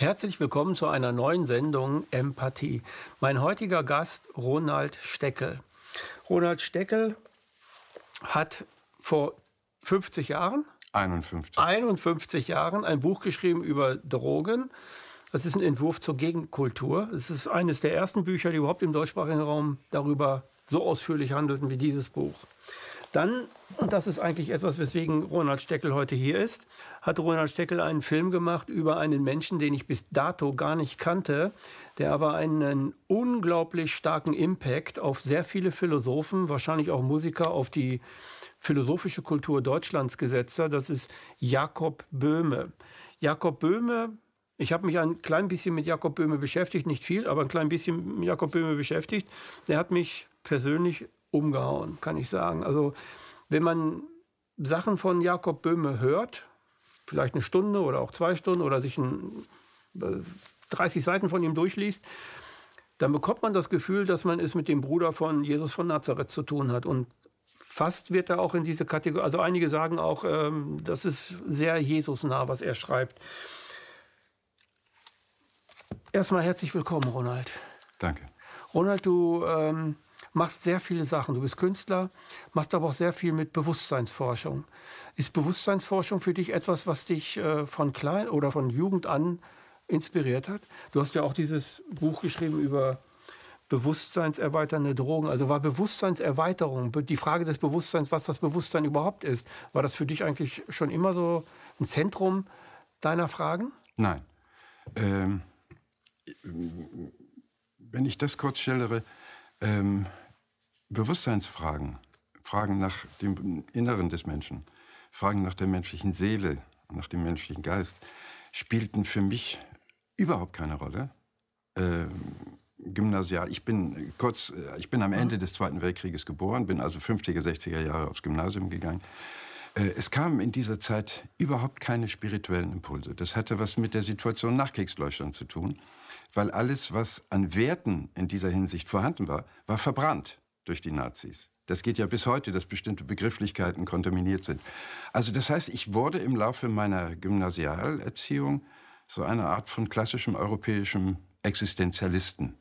Herzlich willkommen zu einer neuen Sendung Empathie. Mein heutiger Gast Ronald Steckel. Ronald Steckel hat vor 50 Jahren, 51 Jahren ein Buch geschrieben über Drogen. Das ist ein Entwurf zur Gegenkultur. Es ist eines der ersten Bücher, die überhaupt im deutschsprachigen Raum darüber so ausführlich handelten wie dieses Buch. Dann, und das ist eigentlich etwas, weswegen Ronald Steckel heute hier ist, hat Ronald Steckel einen Film gemacht über einen Menschen, den ich bis dato gar nicht kannte, der aber einen unglaublich starken Impact auf sehr viele Philosophen, wahrscheinlich auch Musiker, auf die philosophische Kultur Deutschlands gesetzt hat. Das ist Jakob Böhme. Jakob Böhme, ich habe mich ein klein bisschen mit Jakob Böhme beschäftigt, nicht viel, aber ein klein bisschen mit Jakob Böhme beschäftigt. Der hat mich persönlich umgehauen, kann ich sagen. Also wenn man Sachen von Jakob Böhme hört, vielleicht eine Stunde oder auch 2 Stunden oder sich 30 Seiten von ihm durchliest, dann bekommt man das Gefühl, dass man es mit dem Bruder von Jesus von Nazareth zu tun hat. Und fast wird er auch in diese Kategorie, also einige sagen auch, das ist sehr Jesusnah, was er schreibt. Erstmal herzlich willkommen, Ronald. Danke. Ronald, du machst sehr viele Sachen. Du bist Künstler, machst aber auch sehr viel mit Bewusstseinsforschung. Ist Bewusstseinsforschung für dich etwas, was dich von klein oder von Jugend an inspiriert hat? Du hast ja auch dieses Buch geschrieben über bewusstseinserweiternde Drogen. Also war Bewusstseinserweiterung, die Frage des Bewusstseins, was das Bewusstsein überhaupt ist, war das für dich eigentlich schon immer so ein Zentrum deiner Fragen? Nein. Wenn ich das kurz schildere, Bewusstseinsfragen, Fragen nach dem Inneren des Menschen, Fragen nach der menschlichen Seele, nach dem menschlichen Geist, spielten für mich überhaupt keine Rolle. Gymnasial, ich bin am Ende des Zweiten Weltkrieges geboren, bin also 50er, 60er Jahre aufs Gymnasium gegangen. Es kamen in dieser Zeit überhaupt keine spirituellen Impulse. Das hatte was mit der Situation nach Kriegsdeutschland zu tun, weil alles, was an Werten in dieser Hinsicht vorhanden war, war verbrannt durch die Nazis. Das geht ja bis heute, dass bestimmte Begrifflichkeiten kontaminiert sind. Also das heißt, ich wurde im Laufe meiner Gymnasialerziehung so eine Art von klassischem europäischem Existenzialisten,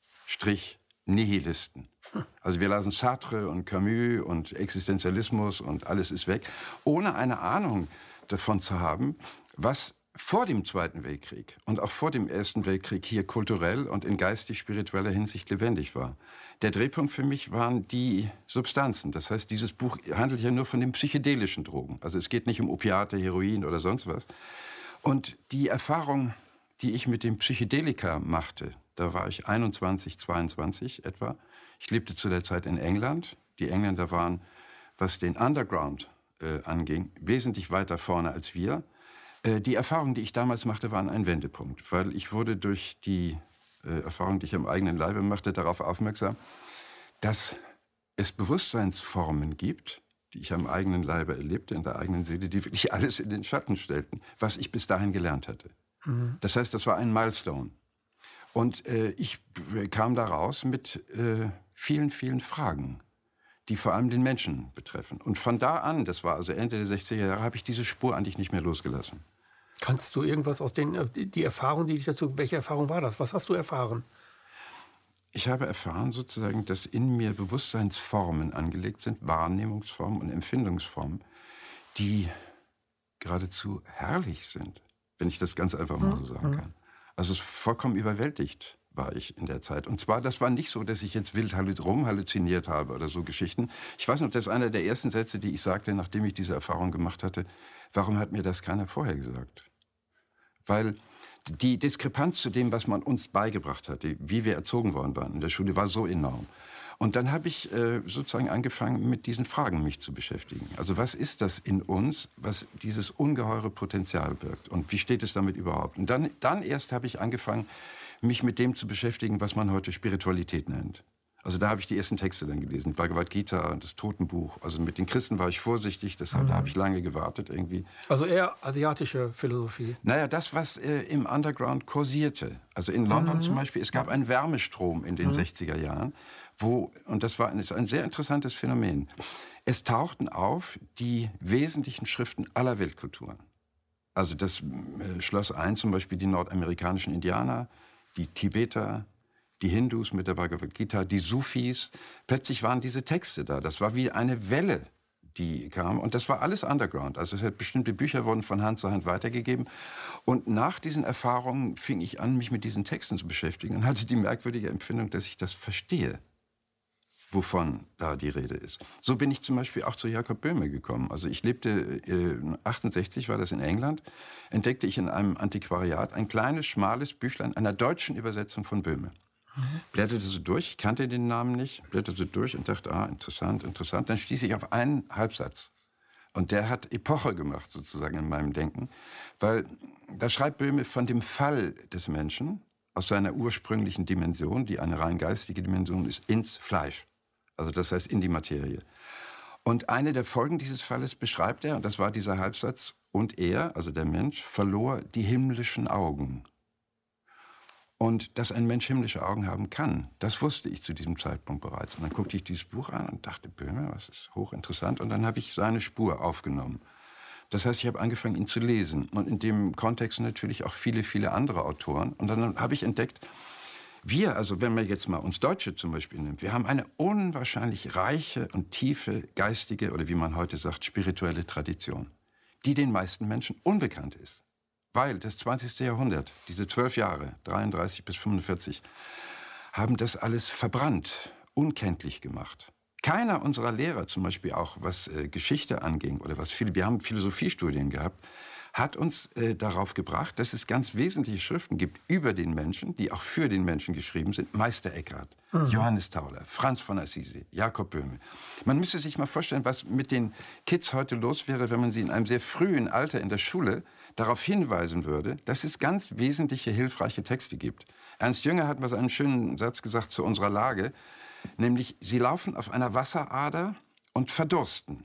Nihilisten. Also wir lasen Sartre und Camus und Existenzialismus und alles ist weg, ohne eine Ahnung davon zu haben, was vor dem Zweiten Weltkrieg und auch vor dem Ersten Weltkrieg hier kulturell und in geistig-spiritueller Hinsicht lebendig war. Der Drehpunkt für mich waren die Substanzen. Das heißt, dieses Buch handelt ja nur von den psychedelischen Drogen. Also es geht nicht um Opiate, Heroin oder sonst was. Und die Erfahrung, die ich mit dem Psychedelika machte, da war ich 21, 22 etwa. Ich lebte zu der Zeit in England. Die Engländer waren, was den Underground anging, wesentlich weiter vorne als wir. Die Erfahrungen, die ich damals machte, waren ein Wendepunkt, weil ich wurde durch die Erfahrung, die ich am eigenen Leibe machte, darauf aufmerksam, dass es Bewusstseinsformen gibt, die ich am eigenen Leibe erlebte, in der eigenen Seele, die wirklich alles in den Schatten stellten, was ich bis dahin gelernt hatte. Mhm. Das heißt, das war ein Milestone. Und ich kam da raus mit vielen, vielen Fragen, die vor allem den Menschen betreffen. Und von da an, das war also Ende der 60er Jahre, habe ich diese Spur eigentlich nicht mehr losgelassen. Kannst du irgendwas aus die Erfahrung, die dich dazu, welche Erfahrung war das? Was hast du erfahren? Ich habe erfahren sozusagen, dass in mir Bewusstseinsformen angelegt sind, Wahrnehmungsformen und Empfindungsformen, die geradezu herrlich sind, wenn ich das ganz einfach mal so sagen kann. Also es ist vollkommen überwältigt war ich in der Zeit. Und zwar, das war nicht so, dass ich jetzt wild rumhalluziniert habe oder so Geschichten. Ich weiß noch, das ist einer der ersten Sätze, die ich sagte, nachdem ich diese Erfahrung gemacht hatte. Warum hat mir das keiner vorher gesagt? Weil die Diskrepanz zu dem, was man uns beigebracht hat, wie wir erzogen worden waren in der Schule, war so enorm. Und dann habe ich sozusagen angefangen, mit diesen Fragen mich zu beschäftigen. Also was ist das in uns, was dieses ungeheure Potenzial birgt? Und wie steht es damit überhaupt? Und dann erst habe ich angefangen, mich mit dem zu beschäftigen, was man heute Spiritualität nennt. Also da habe ich die ersten Texte dann gelesen, Bhagavad Gita, das Totenbuch. Also mit den Christen war ich vorsichtig, deshalb da habe ich lange gewartet irgendwie. Also eher asiatische Philosophie? Naja, das, was im Underground kursierte. Also in London zum Beispiel, es gab einen Wärmestrom in den 60er Jahren, und das war ein sehr interessantes Phänomen. Es tauchten auf die wesentlichen Schriften aller Weltkulturen. Also das schloss ein zum Beispiel die nordamerikanischen Indianer, die Tibeter, die Hindus mit der Bhagavad Gita, die Sufis. Plötzlich waren diese Texte da. Das war wie eine Welle, die kam. Und das war alles Underground. Also bestimmte Bücher wurden von Hand zu Hand weitergegeben. Und nach diesen Erfahrungen fing ich an, mich mit diesen Texten zu beschäftigen und hatte die merkwürdige Empfindung, dass ich das verstehe, wovon da die Rede ist. So bin ich zum Beispiel auch zu Jakob Böhme gekommen. Also ich lebte, 68 war das in England, entdeckte ich in einem Antiquariat ein kleines, schmales Büchlein einer deutschen Übersetzung von Böhme. Blätterte so durch, ich kannte den Namen nicht, blätterte so durch und dachte, interessant, interessant. Dann stieß ich auf einen Halbsatz. Und der hat Epoche gemacht, sozusagen, in meinem Denken. Weil da schreibt Böhme von dem Fall des Menschen aus seiner ursprünglichen Dimension, die eine rein geistige Dimension ist, ins Fleisch. Also das heißt in die Materie. Und eine der Folgen dieses Falles beschreibt er, und das war dieser Halbsatz, und er, also der Mensch, verlor die himmlischen Augen. Und dass ein Mensch himmlische Augen haben kann, das wusste ich zu diesem Zeitpunkt bereits. Und dann guckte ich dieses Buch an und dachte, Böhme, was ist hochinteressant. Und dann habe ich seine Spur aufgenommen. Das heißt, ich habe angefangen, ihn zu lesen. Und in dem Kontext natürlich auch viele, viele andere Autoren. Und dann habe ich entdeckt, wir, also wenn man jetzt mal uns Deutsche zum Beispiel nimmt, wir haben eine unwahrscheinlich reiche und tiefe geistige, oder wie man heute sagt, spirituelle Tradition, die den meisten Menschen unbekannt ist. Weil das 20. Jahrhundert, diese 12 Jahre, 33 bis 45, haben das alles verbrannt, unkenntlich gemacht. Keiner unserer Lehrer, zum Beispiel auch was Geschichte anging, oder wir haben Philosophiestudien gehabt, hat uns darauf gebracht, dass es ganz wesentliche Schriften gibt über den Menschen, die auch für den Menschen geschrieben sind. Meister Eckhart, Johannes Tauler, Franz von Assisi, Jakob Böhme. Man müsste sich mal vorstellen, was mit den Kids heute los wäre, wenn man sie in einem sehr frühen Alter in der Schule darauf hinweisen würde, dass es ganz wesentliche, hilfreiche Texte gibt. Ernst Jünger hat mal so einen schönen Satz gesagt zu unserer Lage, nämlich, sie laufen auf einer Wasserader und verdursten.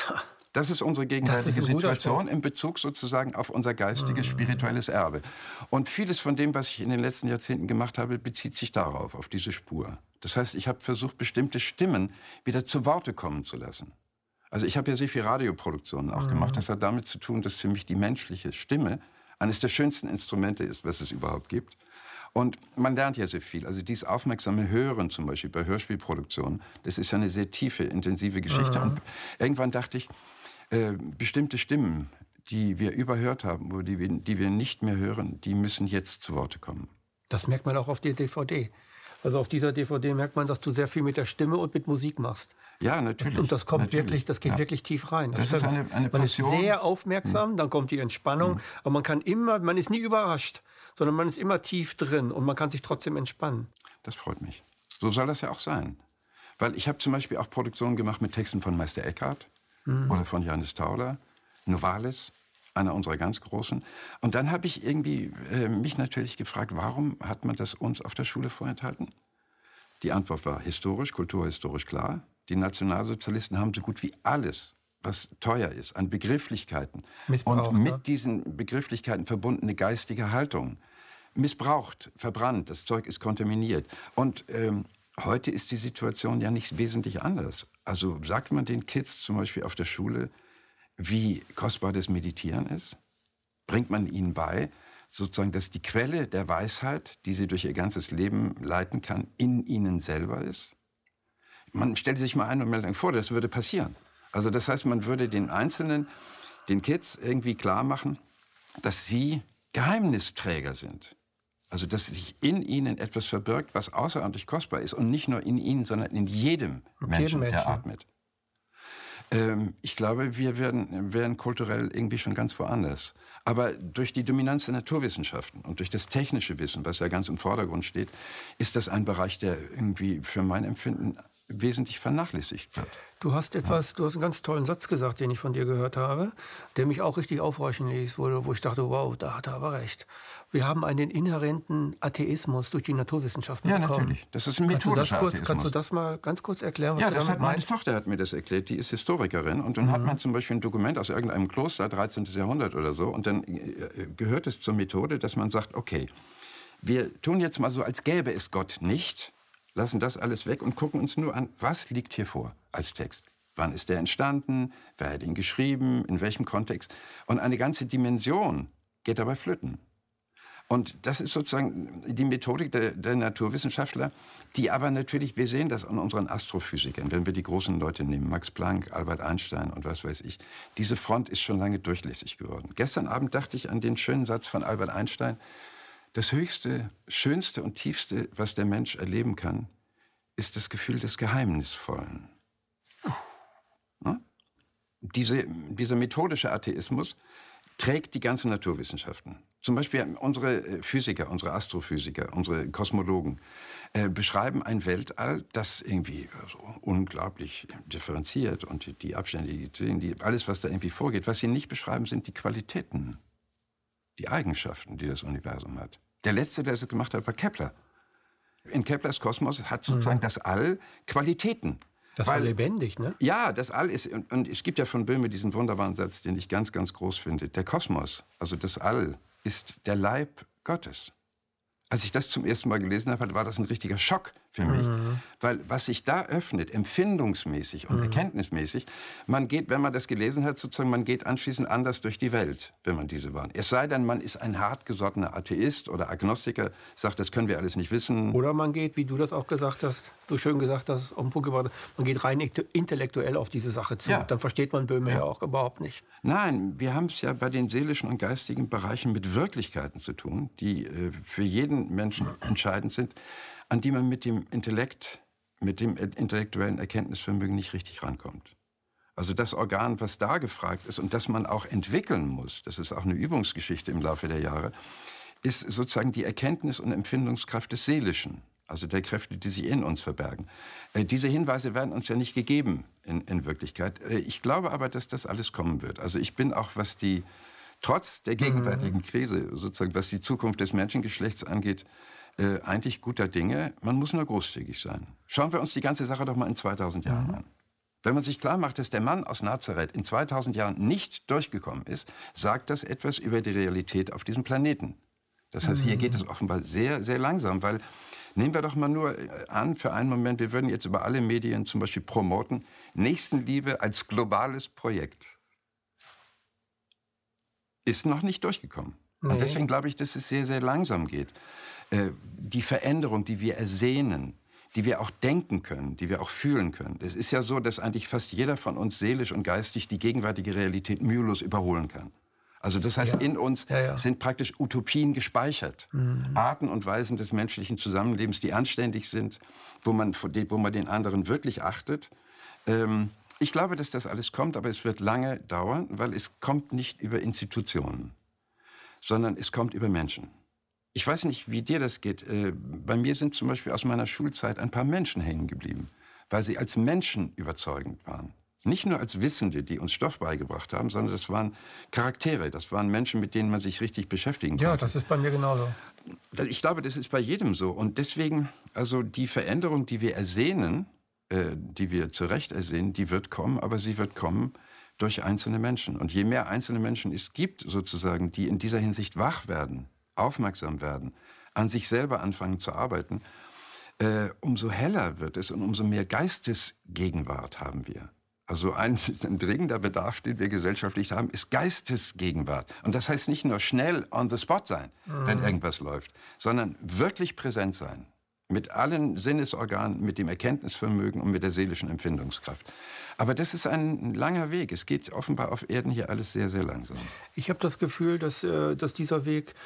Das ist unsere gegenwärtige Situation in Bezug sozusagen auf unser geistiges, spirituelles Erbe. Und vieles von dem, was ich in den letzten Jahrzehnten gemacht habe, bezieht sich darauf, auf diese Spur. Das heißt, ich habe versucht, bestimmte Stimmen wieder zu Worte kommen zu lassen. Also ich habe ja sehr viel Radioproduktionen auch gemacht. Das hat damit zu tun, dass für mich die menschliche Stimme eines der schönsten Instrumente ist, was es überhaupt gibt. Und man lernt ja sehr viel. Also dieses aufmerksame Hören zum Beispiel bei Hörspielproduktionen, das ist ja eine sehr tiefe, intensive Geschichte. Und irgendwann dachte ich, bestimmte Stimmen, die wir überhört haben oder die wir nicht mehr hören, die müssen jetzt zu Worte kommen. Das merkt man auch auf der DVD. Also auf dieser DVD merkt man, dass du sehr viel mit der Stimme und mit Musik machst. Ja, natürlich. Und das kommt wirklich, das geht wirklich tief rein. Das ist eine man Passion. ist sehr aufmerksam, dann kommt die Entspannung. Aber man ist nie überrascht, sondern man ist immer tief drin und man kann sich trotzdem entspannen. Das freut mich. So soll das ja auch sein. Weil ich habe zum Beispiel auch Produktionen gemacht mit Texten von Meister Eckhart oder von Johannes Tauler, Novalis, einer unserer ganz Großen. Und dann habe ich irgendwie mich natürlich gefragt, warum hat man das uns auf der Schule vorenthalten? Die Antwort war historisch, kulturhistorisch klar. Die Nationalsozialisten haben so gut wie alles, was teuer ist, an Begrifflichkeiten und mit diesen Begrifflichkeiten verbundene geistige Haltung missbraucht, verbrannt, das Zeug ist kontaminiert. Und heute ist die Situation ja nicht wesentlich anders. Also sagt man den Kids zum Beispiel auf der Schule, wie kostbar das Meditieren ist? Bringt man ihnen bei, sozusagen, dass die Quelle der Weisheit, die sie durch ihr ganzes Leben leiten kann, in ihnen selber ist? Man stellt sich mal einen Moment vor, das würde passieren. Also das heißt, man würde den Einzelnen, den Kids irgendwie klar machen, dass sie Geheimnisträger sind. Also dass sich in ihnen etwas verbirgt, was außerordentlich kostbar ist. Und nicht nur in ihnen, sondern in jedem Menschen, der atmet. Ich glaube, wir wären kulturell irgendwie schon ganz woanders. Aber durch die Dominanz der Naturwissenschaften und durch das technische Wissen, was ja ganz im Vordergrund steht, ist das ein Bereich, der irgendwie für mein Empfinden wesentlich vernachlässigt wird. Du hast einen ganz tollen Satz gesagt, den ich von dir gehört habe, der mich auch richtig aufhorchen ließ, wo ich dachte, wow, da hat er aber recht. Wir haben einen inhärenten Atheismus durch die Naturwissenschaften bekommen. Ja, natürlich. Das ist ein methodischer Atheismus. Kannst du das mal ganz kurz erklären, was du damit meinst? Meine Tochter hat mir das erklärt, die ist Historikerin. Und dann hat man zum Beispiel ein Dokument aus irgendeinem Kloster, 13. Jahrhundert oder so, und dann gehört es zur Methode, dass man sagt, okay, wir tun jetzt mal so, als gäbe es Gott nicht, lassen das alles weg und gucken uns nur an, was liegt hier vor als Text. Wann ist der entstanden? Wer hat ihn geschrieben? In welchem Kontext? Und eine ganze Dimension geht dabei flöten. Und das ist sozusagen die Methodik der Naturwissenschaftler, die aber natürlich, wir sehen das an unseren Astrophysikern, wenn wir die großen Leute nehmen, Max Planck, Albert Einstein und was weiß ich, diese Front ist schon lange durchlässig geworden. Gestern Abend dachte ich an den schönen Satz von Albert Einstein: Das Höchste, Schönste und Tiefste, was der Mensch erleben kann, ist das Gefühl des Geheimnisvollen. Ja? Dieser methodische Atheismus trägt die ganzen Naturwissenschaften. Zum Beispiel unsere Physiker, unsere Astrophysiker, unsere Kosmologen beschreiben ein Weltall, das irgendwie so unglaublich differenziert und die Abstände, alles, was da irgendwie vorgeht. Was sie nicht beschreiben, sind die Qualitäten, die Eigenschaften, die das Universum hat. Der Letzte, der das gemacht hat, war Kepler. In Keplers Kosmos hat sozusagen das All Qualitäten. Das war lebendig, ne? Ja, das All ist, und es gibt ja von Böhme diesen wunderbaren Satz, den ich ganz, ganz groß finde. Der Kosmos, also das All, ist der Leib Gottes. Als ich das zum ersten Mal gelesen habe, war das ein richtiger Schock für mich. Weil was sich da öffnet, empfindungsmäßig und erkenntnismäßig, man geht, wenn man das gelesen hat, sozusagen, man geht anschließend anders durch die Welt, wenn man diese wahrnimmt. Es sei denn, man ist ein hartgesottener Atheist oder Agnostiker, sagt, das können wir alles nicht wissen. Oder man geht, wie du das auch gesagt hast, so schön gesagt hast, auf den Punkt gebracht, man geht rein intellektuell auf diese Sache zu. Ja. Dann versteht man Böhme ja auch überhaupt nicht. Nein, wir haben es ja bei den seelischen und geistigen Bereichen mit Wirklichkeiten zu tun, die für jeden Menschen entscheidend sind, an die man mit dem Intellekt, mit dem intellektuellen Erkenntnisvermögen nicht richtig rankommt. Also das Organ, was da gefragt ist und das man auch entwickeln muss, das ist auch eine Übungsgeschichte im Laufe der Jahre, ist sozusagen die Erkenntnis- und Empfindungskraft des Seelischen, also der Kräfte, die sich in uns verbergen. Diese Hinweise werden uns ja nicht gegeben in Wirklichkeit. Ich glaube aber, dass das alles kommen wird. Also ich bin auch, trotz der gegenwärtigen Krise, sozusagen, was die Zukunft des Menschengeschlechts angeht, eigentlich guter Dinge. Man muss nur großzügig sein. Schauen wir uns die ganze Sache doch mal in 2000 Jahren an. Wenn man sich klar macht, dass der Mann aus Nazareth in 2000 Jahren nicht durchgekommen ist, sagt das etwas über die Realität auf diesem Planeten. Das heißt, hier geht es offenbar sehr, sehr langsam, weil nehmen wir doch mal nur an, für einen Moment, wir würden jetzt über alle Medien zum Beispiel promoten, Nächstenliebe als globales Projekt. Ist noch nicht durchgekommen. Nee. Und deswegen glaube ich, dass es sehr, sehr langsam geht. Die Veränderung, die wir ersehnen, die wir auch denken können, die wir auch fühlen können. Es ist ja so, dass eigentlich fast jeder von uns seelisch und geistig die gegenwärtige Realität mühelos überholen kann. Also das heißt, in uns sind praktisch Utopien gespeichert. Arten und Weisen des menschlichen Zusammenlebens, die anständig sind, wo man den anderen wirklich achtet. Ich glaube, dass das alles kommt, aber es wird lange dauern, weil es kommt nicht über Institutionen, sondern es kommt über Menschen. Ich weiß nicht, wie dir das geht. Bei mir sind zum Beispiel aus meiner Schulzeit ein paar Menschen hängen geblieben, weil sie als Menschen überzeugend waren. Nicht nur als Wissende, die uns Stoff beigebracht haben, sondern das waren Charaktere, das waren Menschen, mit denen man sich richtig beschäftigen konnte. Ja, das ist bei mir genauso. Ich glaube, das ist bei jedem so. Und deswegen, also die Veränderung, die wir ersehnen, die wir zu Recht ersehen, die wird kommen, aber sie wird kommen durch einzelne Menschen. Und je mehr einzelne Menschen es gibt, sozusagen, die in dieser Hinsicht wach werden, aufmerksam werden, an sich selber anfangen zu arbeiten, umso heller wird es und umso mehr Geistesgegenwart haben wir. Also ein dringender Bedarf, den wir gesellschaftlich haben, ist Geistesgegenwart. Und das heißt nicht nur schnell on the spot sein, wenn irgendwas läuft, sondern wirklich präsent sein. Mit allen Sinnesorganen, mit dem Erkenntnisvermögen und mit der seelischen Empfindungskraft. Aber das ist ein langer Weg. Es geht offenbar auf Erden hier alles sehr, sehr langsam. Ich habe das Gefühl, dass dieser Weg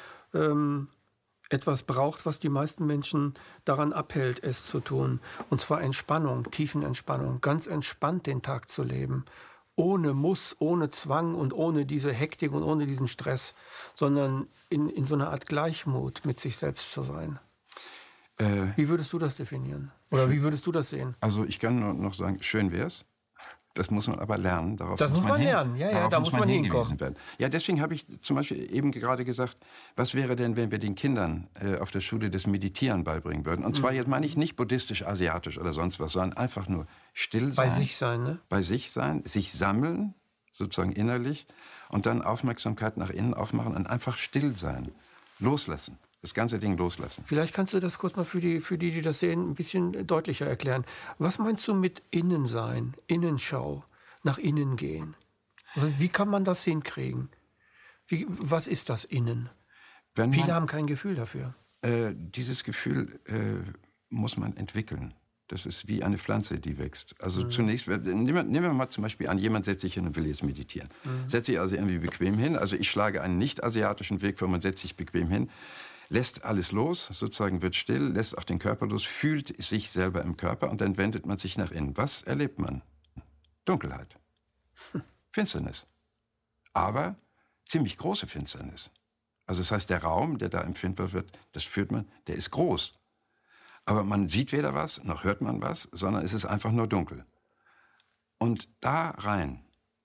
etwas braucht, was die meisten Menschen daran abhält, es zu tun. Und zwar Entspannung, Tiefenentspannung. Ganz entspannt den Tag zu leben. Ohne Muss, ohne Zwang und ohne diese Hektik und ohne diesen Stress. Sondern in so einer Art Gleichmut mit sich selbst zu sein. Wie würdest du das definieren? Oder wie würdest du das sehen? Also ich kann nur noch sagen, schön wär's. Das muss man aber lernen. Das muss man lernen, ja, da muss man hinkommen. Werden. Ja, deswegen habe ich zum Beispiel eben gerade gesagt, was wäre denn, wenn wir den Kindern auf der Schule das Meditieren beibringen würden? Und zwar jetzt meine ich nicht buddhistisch, asiatisch oder sonst was, sondern einfach nur still sein. Bei sich sein, ne? Bei sich sein, sich sammeln, sozusagen innerlich, und dann Aufmerksamkeit nach innen aufmachen und einfach still sein, loslassen. Das ganze Ding loslassen. Vielleicht kannst du das kurz mal für die das sehen, ein bisschen deutlicher erklären. Was meinst du mit Innensein, Innenschau, nach innen gehen? Wie kann man das hinkriegen? Was ist das Innen? Viele haben kein Gefühl dafür. Dieses Gefühl muss man entwickeln. Das ist wie eine Pflanze, die wächst. Also zunächst, nehmen wir mal zum Beispiel an, jemand setzt sich hin und will jetzt meditieren. Setzt sich also irgendwie bequem hin. Also ich schlage einen nicht-asiatischen Weg vor, man setzt sich bequem hin, lässt alles los, sozusagen wird still, lässt auch den Körper los, fühlt sich selber im Körper und dann wendet man sich nach innen. Was erlebt man? Dunkelheit. Finsternis. Aber ziemlich große Finsternis. Also das heißt, der Raum, der da empfindbar wird, das fühlt man, der ist groß. Aber man sieht weder was, noch hört man was, sondern es ist einfach nur dunkel. Und da rein,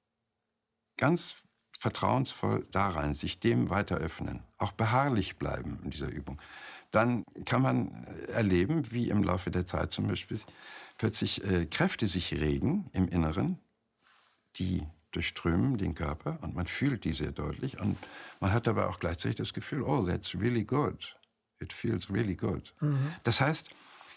ganz vertrauensvoll da rein, sich dem weiter öffnen, auch beharrlich bleiben in dieser Übung, dann kann man erleben, wie im Laufe der Zeit zum Beispiel plötzlich Kräfte sich regen im Inneren, die durchströmen den Körper und man fühlt die sehr deutlich und man hat dabei auch gleichzeitig das Gefühl, oh, that's really good. It feels really good. Das heißt,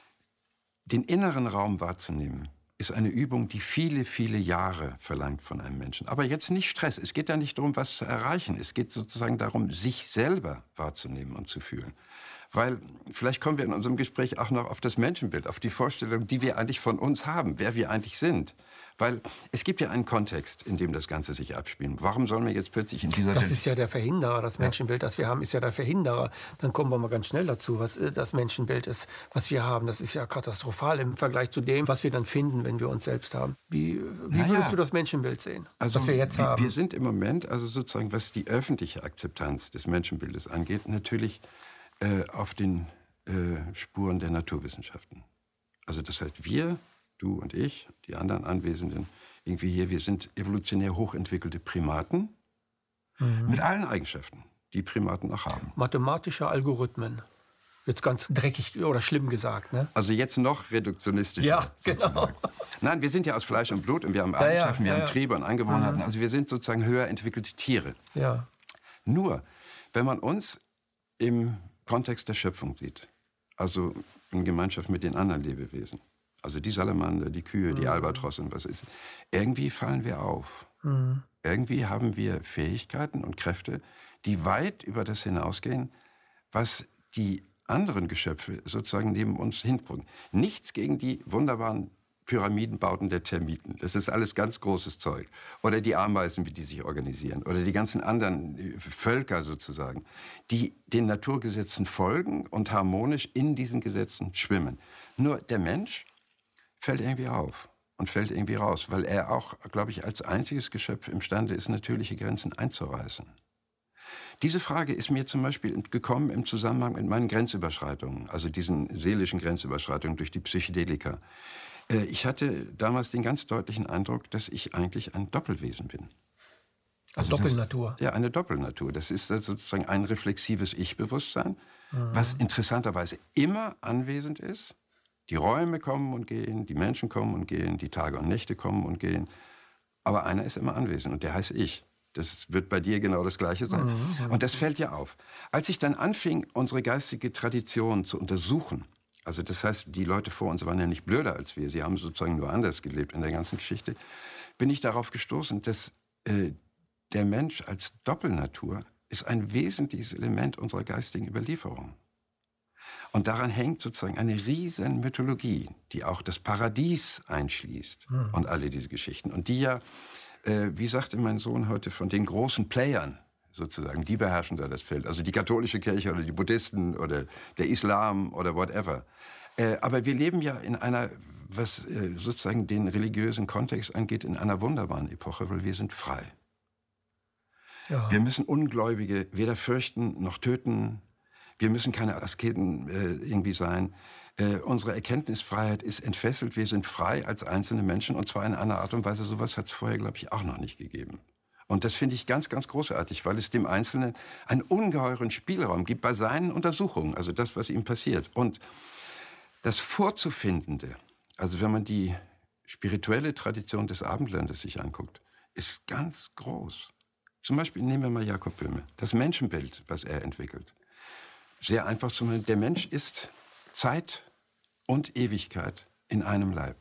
den inneren Raum wahrzunehmen, ist eine Übung, die viele, viele Jahre verlangt von einem Menschen. Aber jetzt nicht Stress. Es geht ja nicht darum, was zu erreichen. Es geht sozusagen darum, sich selber wahrzunehmen und zu fühlen. Weil vielleicht kommen wir in unserem Gespräch auch noch auf das Menschenbild, auf die Vorstellung, die wir eigentlich von uns haben, wer wir eigentlich sind. Weil es gibt ja einen Kontext, in dem das Ganze sich abspielt. Warum sollen wir jetzt plötzlich in dieser... Das ist ja der Verhinderer, das Menschenbild, das wir haben, ist ja der Verhinderer. Dann kommen wir mal ganz schnell dazu, was das Menschenbild ist, was wir haben. Das ist ja katastrophal im Vergleich zu dem, was wir dann finden, wenn wir uns selbst haben. Wie würdest du das Menschenbild sehen, also, was wir jetzt haben? Wir sind im Moment, also sozusagen, was die öffentliche Akzeptanz des Menschenbildes angeht, natürlich auf den Spuren der Naturwissenschaften. Also das heißt, wir, du und ich, die anderen Anwesenden, irgendwie hier, wir sind evolutionär hochentwickelte Primaten mit allen Eigenschaften, die Primaten auch haben. Mathematische Algorithmen. Jetzt ganz dreckig oder schlimm gesagt, ne? Also jetzt noch reduktionistischer, sozusagen. Genau. Nein, wir sind ja aus Fleisch und Blut und wir haben Eigenschaften, wir haben Triebe und Angewohnheiten. Also wir sind sozusagen höher entwickelte Tiere. Ja. Nur, wenn man uns im Kontext der Schöpfung sieht, also in Gemeinschaft mit den anderen Lebewesen, also die Salamander, die Kühe, die Albatrosse und was ist, irgendwie fallen wir auf. Irgendwie haben wir Fähigkeiten und Kräfte, die weit über das hinausgehen, was die anderen Geschöpfe sozusagen neben uns hinbringen. Nichts gegen die wunderbaren Pyramidenbauten der Termiten. Das ist alles ganz großes Zeug. Oder die Ameisen, wie die sich organisieren. Oder die ganzen anderen Völker sozusagen, die den Naturgesetzen folgen und harmonisch in diesen Gesetzen schwimmen. Nur der Mensch fällt irgendwie auf und fällt irgendwie raus, weil er auch, glaube ich, als einziges Geschöpf imstande ist, natürliche Grenzen einzureißen. Diese Frage ist mir zum Beispiel gekommen im Zusammenhang mit meinen Grenzüberschreitungen, also diesen seelischen Grenzüberschreitungen durch die Psychedelika. Ich hatte damals den ganz deutlichen Eindruck, dass ich eigentlich ein Doppelwesen bin. Also Doppelnatur. Eine Doppelnatur. Das ist sozusagen ein reflexives Ich-Bewusstsein, was interessanterweise immer anwesend ist. Die Räume kommen und gehen, die Menschen kommen und gehen, die Tage und Nächte kommen und gehen. Aber einer ist immer anwesend und der heißt Ich. Das wird bei dir genau das Gleiche sein. Und das fällt ja auf. Als ich dann anfing, unsere geistige Tradition zu untersuchen, also das heißt, die Leute vor uns waren ja nicht blöder als wir, sie haben sozusagen nur anders gelebt in der ganzen Geschichte, bin ich darauf gestoßen, dass der Mensch als Doppelnatur ist ein wesentliches Element unserer geistigen Überlieferung. Und daran hängt sozusagen eine riesen Mythologie, die auch das Paradies einschließt und alle diese Geschichten. Und die ja, wie sagte mein Sohn heute, von den großen Playern sozusagen, die beherrschen da das Feld. Also die katholische Kirche oder die Buddhisten oder der Islam oder whatever. Aber wir leben ja in einer, was sozusagen den religiösen Kontext angeht, in einer wunderbaren Epoche, weil wir sind frei. Ja. Wir müssen Ungläubige weder fürchten noch töten. Wir müssen keine Asketen irgendwie sein. Unsere Erkenntnisfreiheit ist entfesselt. Wir sind frei als einzelne Menschen und zwar in einer Art und Weise, sowas hat es vorher, glaube ich, auch noch nicht gegeben. Und das finde ich ganz, ganz großartig, weil es dem Einzelnen einen ungeheuren Spielraum gibt bei seinen Untersuchungen, also das, was ihm passiert. Und das Vorzufindende, also wenn man die spirituelle Tradition des Abendlandes sich anguckt, ist ganz groß. Zum Beispiel nehmen wir mal Jakob Böhme, das Menschenbild, was er entwickelt. sehr einfach zu machen. Der Mensch ist Zeit und Ewigkeit in einem Leib.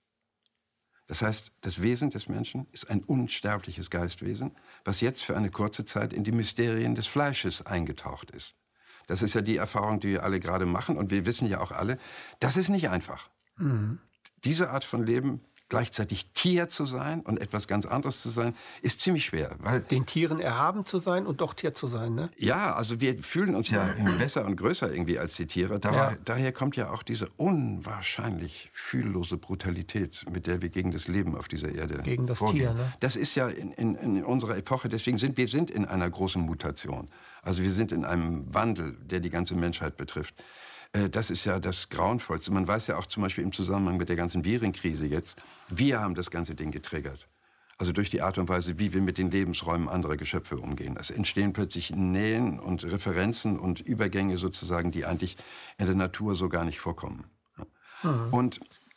Das heißt, das Wesen des Menschen ist ein unsterbliches Geistwesen, was jetzt für eine kurze Zeit in die Mysterien des Fleisches eingetaucht ist. Das ist ja die Erfahrung, die wir alle gerade machen. Und wir wissen ja auch alle, das ist nicht einfach. Mhm. Diese Art von Leben, gleichzeitig Tier zu sein und etwas ganz anderes zu sein, ist ziemlich schwer. Weil den Tieren erhaben zu sein und doch Tier zu sein, ne? Ja, also wir fühlen uns ja besser und größer irgendwie als die Tiere. Daher kommt ja auch diese unwahrscheinlich fühllose Brutalität, mit der wir gegen das Leben auf dieser Erde gegen das vorgehen. Tier, ne? Das ist ja in unserer Epoche, deswegen sind wir in einer großen Mutation. Also wir sind in einem Wandel, der die ganze Menschheit betrifft. Das ist ja das Grauenvollste. Man weiß ja auch zum Beispiel im Zusammenhang mit der ganzen Virenkrise jetzt, wir haben das ganze Ding getriggert. Also durch die Art und Weise, wie wir mit den Lebensräumen anderer Geschöpfe umgehen. Es entstehen plötzlich Nähen und Referenzen und Übergänge sozusagen, die eigentlich in der Natur so gar nicht vorkommen. Mhm. Und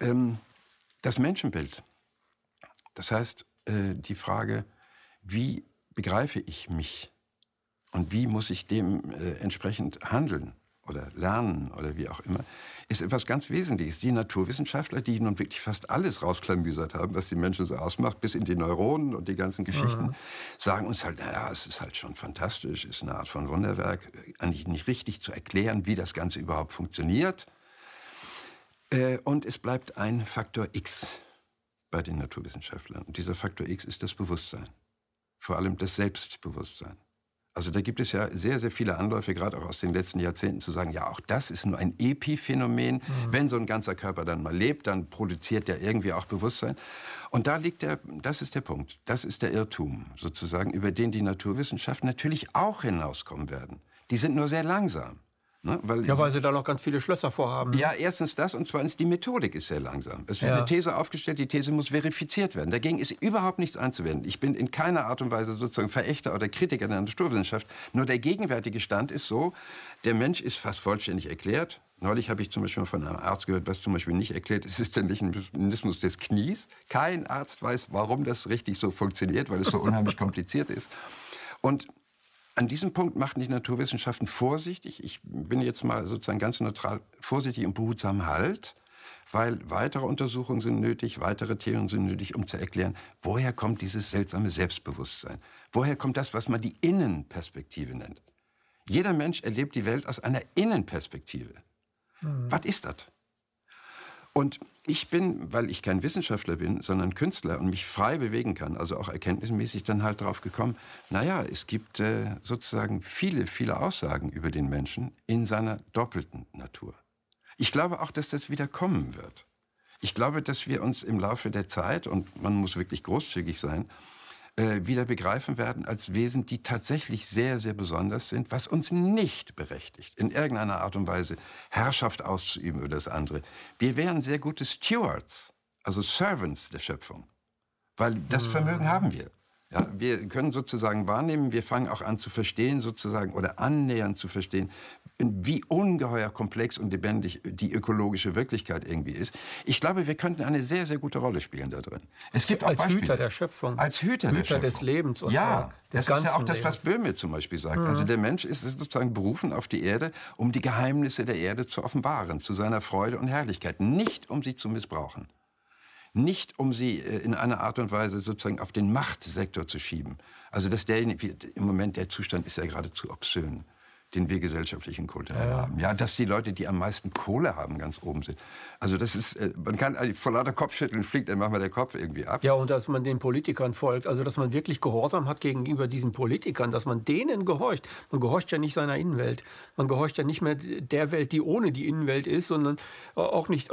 das Menschenbild, das heißt die Frage, wie begreife ich mich und wie muss ich dem entsprechend handeln oder lernen oder wie auch immer, ist etwas ganz Wesentliches. Die Naturwissenschaftler, die nun wirklich fast alles rausklamüsert haben, was die Menschen so ausmacht, bis in die Neuronen und die ganzen Geschichten, sagen uns halt, naja, es ist halt schon fantastisch, ist eine Art von Wunderwerk, eigentlich nicht richtig zu erklären, wie das Ganze überhaupt funktioniert. Und es bleibt ein Faktor X bei den Naturwissenschaftlern. Und dieser Faktor X ist das Bewusstsein, vor allem das Selbstbewusstsein. Also da gibt es ja sehr, sehr viele Anläufe, gerade auch aus den letzten Jahrzehnten, zu sagen, ja, auch das ist nur ein Epiphänomen. Wenn so ein ganzer Körper dann mal lebt, dann produziert der irgendwie auch Bewusstsein. Und das ist der Punkt, das ist der Irrtum sozusagen, über den die Naturwissenschaften natürlich auch hinauskommen werden. Die sind nur sehr langsam. Ne? Weil sie da noch ganz viele Schlösser vorhaben. Ja, erstens das und zweitens die Methodik ist sehr langsam. Es wird eine These aufgestellt, die These muss verifiziert werden. Dagegen ist überhaupt nichts einzuwenden. Ich bin in keiner Art und Weise sozusagen Verächter oder Kritiker der Naturwissenschaft. Nur der gegenwärtige Stand ist so, der Mensch ist fast vollständig erklärt. Neulich habe ich zum Beispiel von einem Arzt gehört, was zum Beispiel nicht erklärt ist, ist der Mechanismus des Knies. Kein Arzt weiß, warum das richtig so funktioniert, weil es so unheimlich kompliziert ist. Und an diesem Punkt machten die Naturwissenschaften vorsichtig, ich bin jetzt mal sozusagen ganz neutral, vorsichtig und behutsam Halt, weil weitere Untersuchungen sind nötig, weitere Theorien sind nötig, um zu erklären, woher kommt dieses seltsame Selbstbewusstsein? Woher kommt das, was man die Innenperspektive nennt? Jeder Mensch erlebt die Welt aus einer Innenperspektive. Was ist das? Und ich bin, weil ich kein Wissenschaftler bin, sondern Künstler und mich frei bewegen kann, also auch erkenntnismäßig dann halt drauf gekommen, naja, es gibt sozusagen viele, viele Aussagen über den Menschen in seiner doppelten Natur. Ich glaube auch, dass das wieder kommen wird. Ich glaube, dass wir uns im Laufe der Zeit, und man muss wirklich großzügig sein, wieder begreifen werden als Wesen, die tatsächlich sehr, sehr besonders sind, was uns nicht berechtigt, in irgendeiner Art und Weise Herrschaft auszuüben über das andere. Wir wären sehr gute Stewards, also Servants der Schöpfung, weil das Vermögen haben wir. Ja, wir können sozusagen wahrnehmen, wir fangen auch an zu verstehen sozusagen oder annähernd zu verstehen, wie ungeheuer komplex und lebendig die ökologische Wirklichkeit irgendwie ist. Ich glaube, wir könnten eine sehr, sehr gute Rolle spielen da drin. Es gibt auch als Beispiele. Hüter der Schöpfung. Als Hüter der Schöpfung. Des Lebens. Und ja, so, das ist ja auch das, was Böhme zum Beispiel sagt. Also der Mensch ist sozusagen berufen auf die Erde, um die Geheimnisse der Erde zu offenbaren, zu seiner Freude und Herrlichkeit, nicht um sie zu missbrauchen. Nicht, um sie in einer Art und Weise sozusagen auf den Machtsektor zu schieben. Also im Moment der Zustand ist ja geradezu obszön, den wir gesellschaftlich und kulturell haben. Ja, dass die Leute, die am meisten Kohle haben, ganz oben sind. Also das ist, man kann vor lauter Kopfschütteln fliegt dann manchmal der Kopf irgendwie ab. Ja, und dass man den Politikern folgt, also dass man wirklich Gehorsam hat gegenüber diesen Politikern, dass man denen gehorcht. Man gehorcht ja nicht seiner Innenwelt. Man gehorcht ja nicht mehr der Welt, die ohne die Innenwelt ist, sondern auch nicht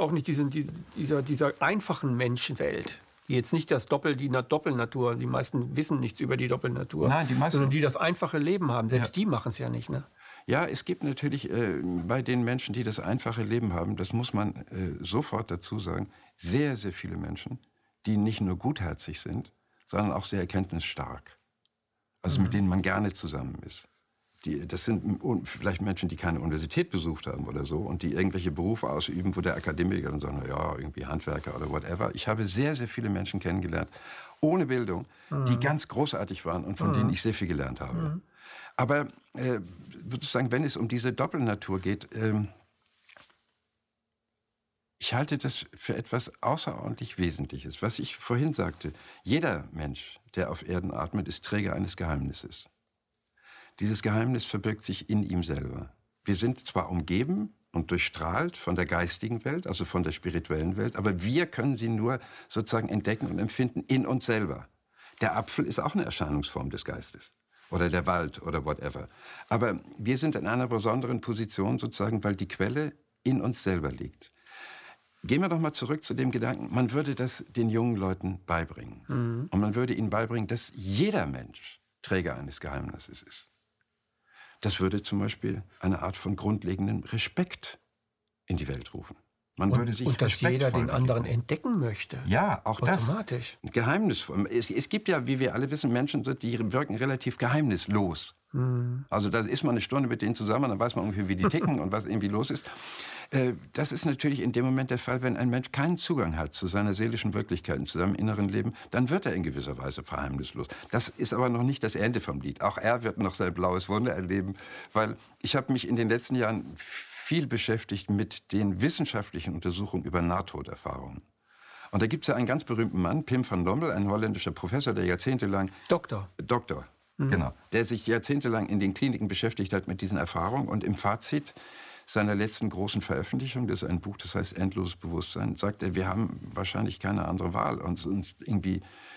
dieser einfachen Menschenwelt. Die jetzt nicht die Doppelnatur, die meisten wissen nichts über die Doppelnatur, nein, die meisten, sondern die das einfache Leben haben. Selbst die machen es ja nicht, ne? Ja, es gibt natürlich bei den Menschen, die das einfache Leben haben, das muss man sofort dazu sagen, sehr, sehr viele Menschen, die nicht nur gutherzig sind, sondern auch sehr erkenntnisstark. Also mit denen man gerne zusammen ist. Das sind vielleicht Menschen, die keine Universität besucht haben oder so und die irgendwelche Berufe ausüben, wo der Akademiker dann sagt, na ja, irgendwie Handwerker oder whatever. Ich habe sehr, sehr viele Menschen kennengelernt, ohne Bildung, die ganz großartig waren und von denen ich sehr viel gelernt habe. Aber sozusagen, wenn es um diese Doppelnatur geht, ich halte das für etwas außerordentlich Wesentliches. Was ich vorhin sagte, jeder Mensch, der auf Erden atmet, ist Träger eines Geheimnisses. Dieses Geheimnis verbirgt sich in ihm selber. Wir sind zwar umgeben und durchstrahlt von der geistigen Welt, also von der spirituellen Welt, aber wir können sie nur sozusagen entdecken und empfinden in uns selber. Der Apfel ist auch eine Erscheinungsform des Geistes. Oder der Wald oder whatever. Aber wir sind in einer besonderen Position sozusagen, weil die Quelle in uns selber liegt. Gehen wir doch mal zurück zu dem Gedanken, man würde das den jungen Leuten beibringen. Und man würde ihnen beibringen, dass jeder Mensch Träger eines Geheimnisses ist. Das würde zum Beispiel eine Art von grundlegendem Respekt in die Welt rufen. Man würde sich und dass jeder den anderen entdecken möchte. Ja, auch automatisch. Das. Geheimnisvoll. Es gibt ja, wie wir alle wissen, Menschen, die wirken relativ geheimnislos. Also da ist man eine Stunde mit denen zusammen, dann weiß man ungefähr, wie die ticken und was irgendwie los ist. Das ist natürlich in dem Moment der Fall, wenn ein Mensch keinen Zugang hat zu seiner seelischen Wirklichkeit und zu seinem inneren Leben, dann wird er in gewisser Weise verheimnislos. Das ist aber noch nicht das Ende vom Lied. Auch er wird noch sein blaues Wunder erleben, weil ich habe mich in den letzten Jahren viel beschäftigt mit den wissenschaftlichen Untersuchungen über Nahtoderfahrungen. Und da gibt es ja einen ganz berühmten Mann, Pim van Lommel, ein holländischer Professor, der jahrzehntelang... Doktor, genau. Der sich jahrzehntelang in den Kliniken beschäftigt hat mit diesen Erfahrungen. Und im Fazit seiner letzten großen Veröffentlichung, das ist ein Buch, das heißt Endloses Bewusstsein, sagt er, wir haben wahrscheinlich keine andere Wahl, uns irgendwie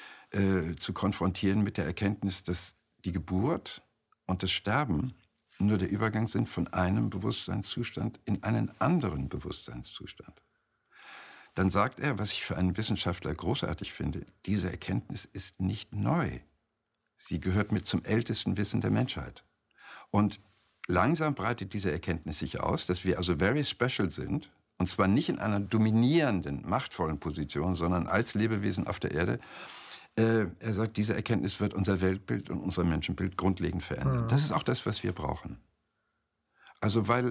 zu konfrontieren mit der Erkenntnis, dass die Geburt und das Sterben nur der Übergang sind von einem Bewusstseinszustand in einen anderen Bewusstseinszustand. Dann sagt er, was ich für einen Wissenschaftler großartig finde, diese Erkenntnis ist nicht neu. Sie gehört mit zum ältesten Wissen der Menschheit. Und langsam breitet diese Erkenntnis sich aus, dass wir also very special sind, und zwar nicht in einer dominierenden, machtvollen Position, sondern als Lebewesen auf der Erde. Er sagt, diese Erkenntnis wird unser Weltbild und unser Menschenbild grundlegend verändern. Das ist auch das, was wir brauchen. Also weil,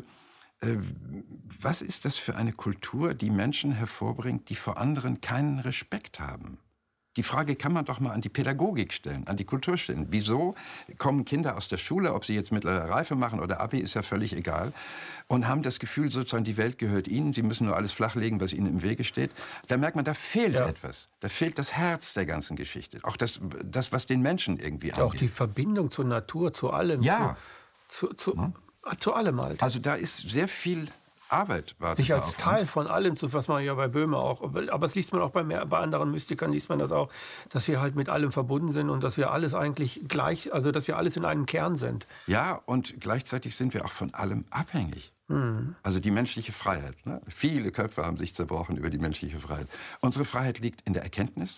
was ist das für eine Kultur, die Menschen hervorbringt, die vor anderen keinen Respekt haben? Die Frage kann man doch mal an die Pädagogik stellen, an die Kultur stellen. Wieso kommen Kinder aus der Schule, ob sie jetzt mittlere Reife machen oder Abi, ist ja völlig egal, und haben das Gefühl, sozusagen, die Welt gehört ihnen, sie müssen nur alles flachlegen, was ihnen im Wege steht. Da merkt man, da fehlt etwas. Da fehlt das Herz der ganzen Geschichte. Auch das was den Menschen irgendwie angeht. Auch die Verbindung zur Natur, zu allem. Ja. Zu allem halt. Also da ist sehr viel Arbeit. Sich als Teil von allem, was man ja bei Böhme auch, aber es liest man auch bei anderen Mystikern, liest man das auch, dass wir halt mit allem verbunden sind und dass wir alles eigentlich gleich, also dass wir alles in einem Kern sind. Ja, und gleichzeitig sind wir auch von allem abhängig. Also die menschliche Freiheit. Ne? Viele Köpfe haben sich zerbrochen über die menschliche Freiheit. Unsere Freiheit liegt in der Erkenntnis,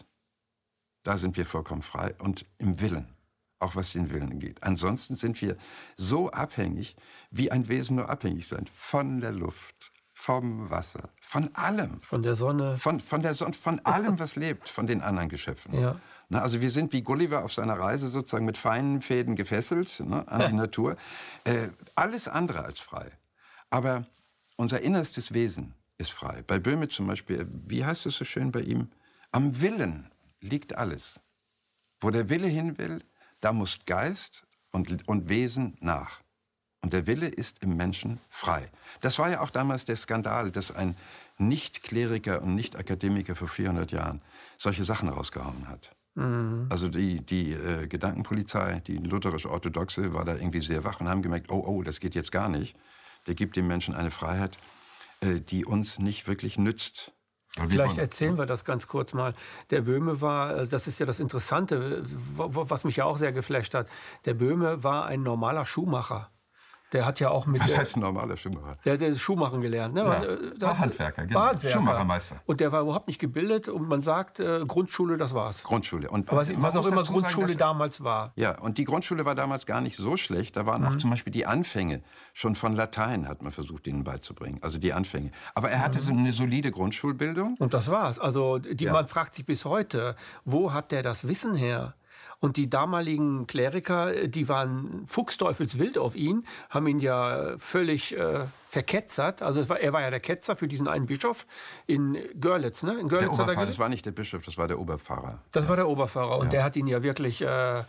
da sind wir vollkommen frei, und im Willen. Auch was den Willen angeht. Ansonsten sind wir so abhängig, wie ein Wesen nur abhängig sein. Von der Luft, vom Wasser, von allem. Von der Sonne. Von der Sonne, von allem, was lebt, von den anderen Geschöpfen. Ja. Na, also wir sind wie Gulliver auf seiner Reise sozusagen mit feinen Fäden gefesselt, ne, an die Natur. Alles andere als frei. Aber unser innerstes Wesen ist frei. Bei Böhme zum Beispiel, wie heißt es so schön bei ihm? Am Willen liegt alles. Wo der Wille hin will, da muss Geist und Wesen nach. Und der Wille ist im Menschen frei. Das war ja auch damals der Skandal, dass ein Nicht-Kleriker und Nicht-Akademiker vor 400 Jahren solche Sachen rausgehauen hat. Also die Gedankenpolizei, die lutherisch-orthodoxe, war da irgendwie sehr wach und haben gemerkt, oh, das geht jetzt gar nicht. Der gibt dem Menschen eine Freiheit, die uns nicht wirklich nützt. Vielleicht erzählen wir das ganz kurz mal. Der Böhme war, das ist ja das Interessante, was mich ja auch sehr geflasht hat. Der Böhme war ein normaler Schuhmacher. Der hat ja auch mit... Was heißt ein normaler Schuhmacher? Der hat Schuhmachen gelernt. Ne? Ja, war Handwerker, genau. Schuhmachermeister. Und der war überhaupt nicht gebildet und man sagt, Grundschule, das war's. Grundschule. Und was auch immer Grundschule damals war. Ja, und die Grundschule war damals gar nicht so schlecht. Da waren auch zum Beispiel die Anfänge. Schon von Latein hat man versucht, ihnen beizubringen. Also die Anfänge. Aber er hatte so eine solide Grundschulbildung. Und das war's. Also man fragt sich bis heute, wo hat der das Wissen her? Und die damaligen Kleriker, die waren fuchsteufelswild auf ihn, haben ihn ja völlig verketzert. Also er war ja der Ketzer für diesen einen Bischof in Görlitz. Ne? In Görlitz der Oberpfarrer, das war nicht der Bischof, das war der Oberpfarrer. Das war der Oberpfarrer und der hat ihn ja wirklich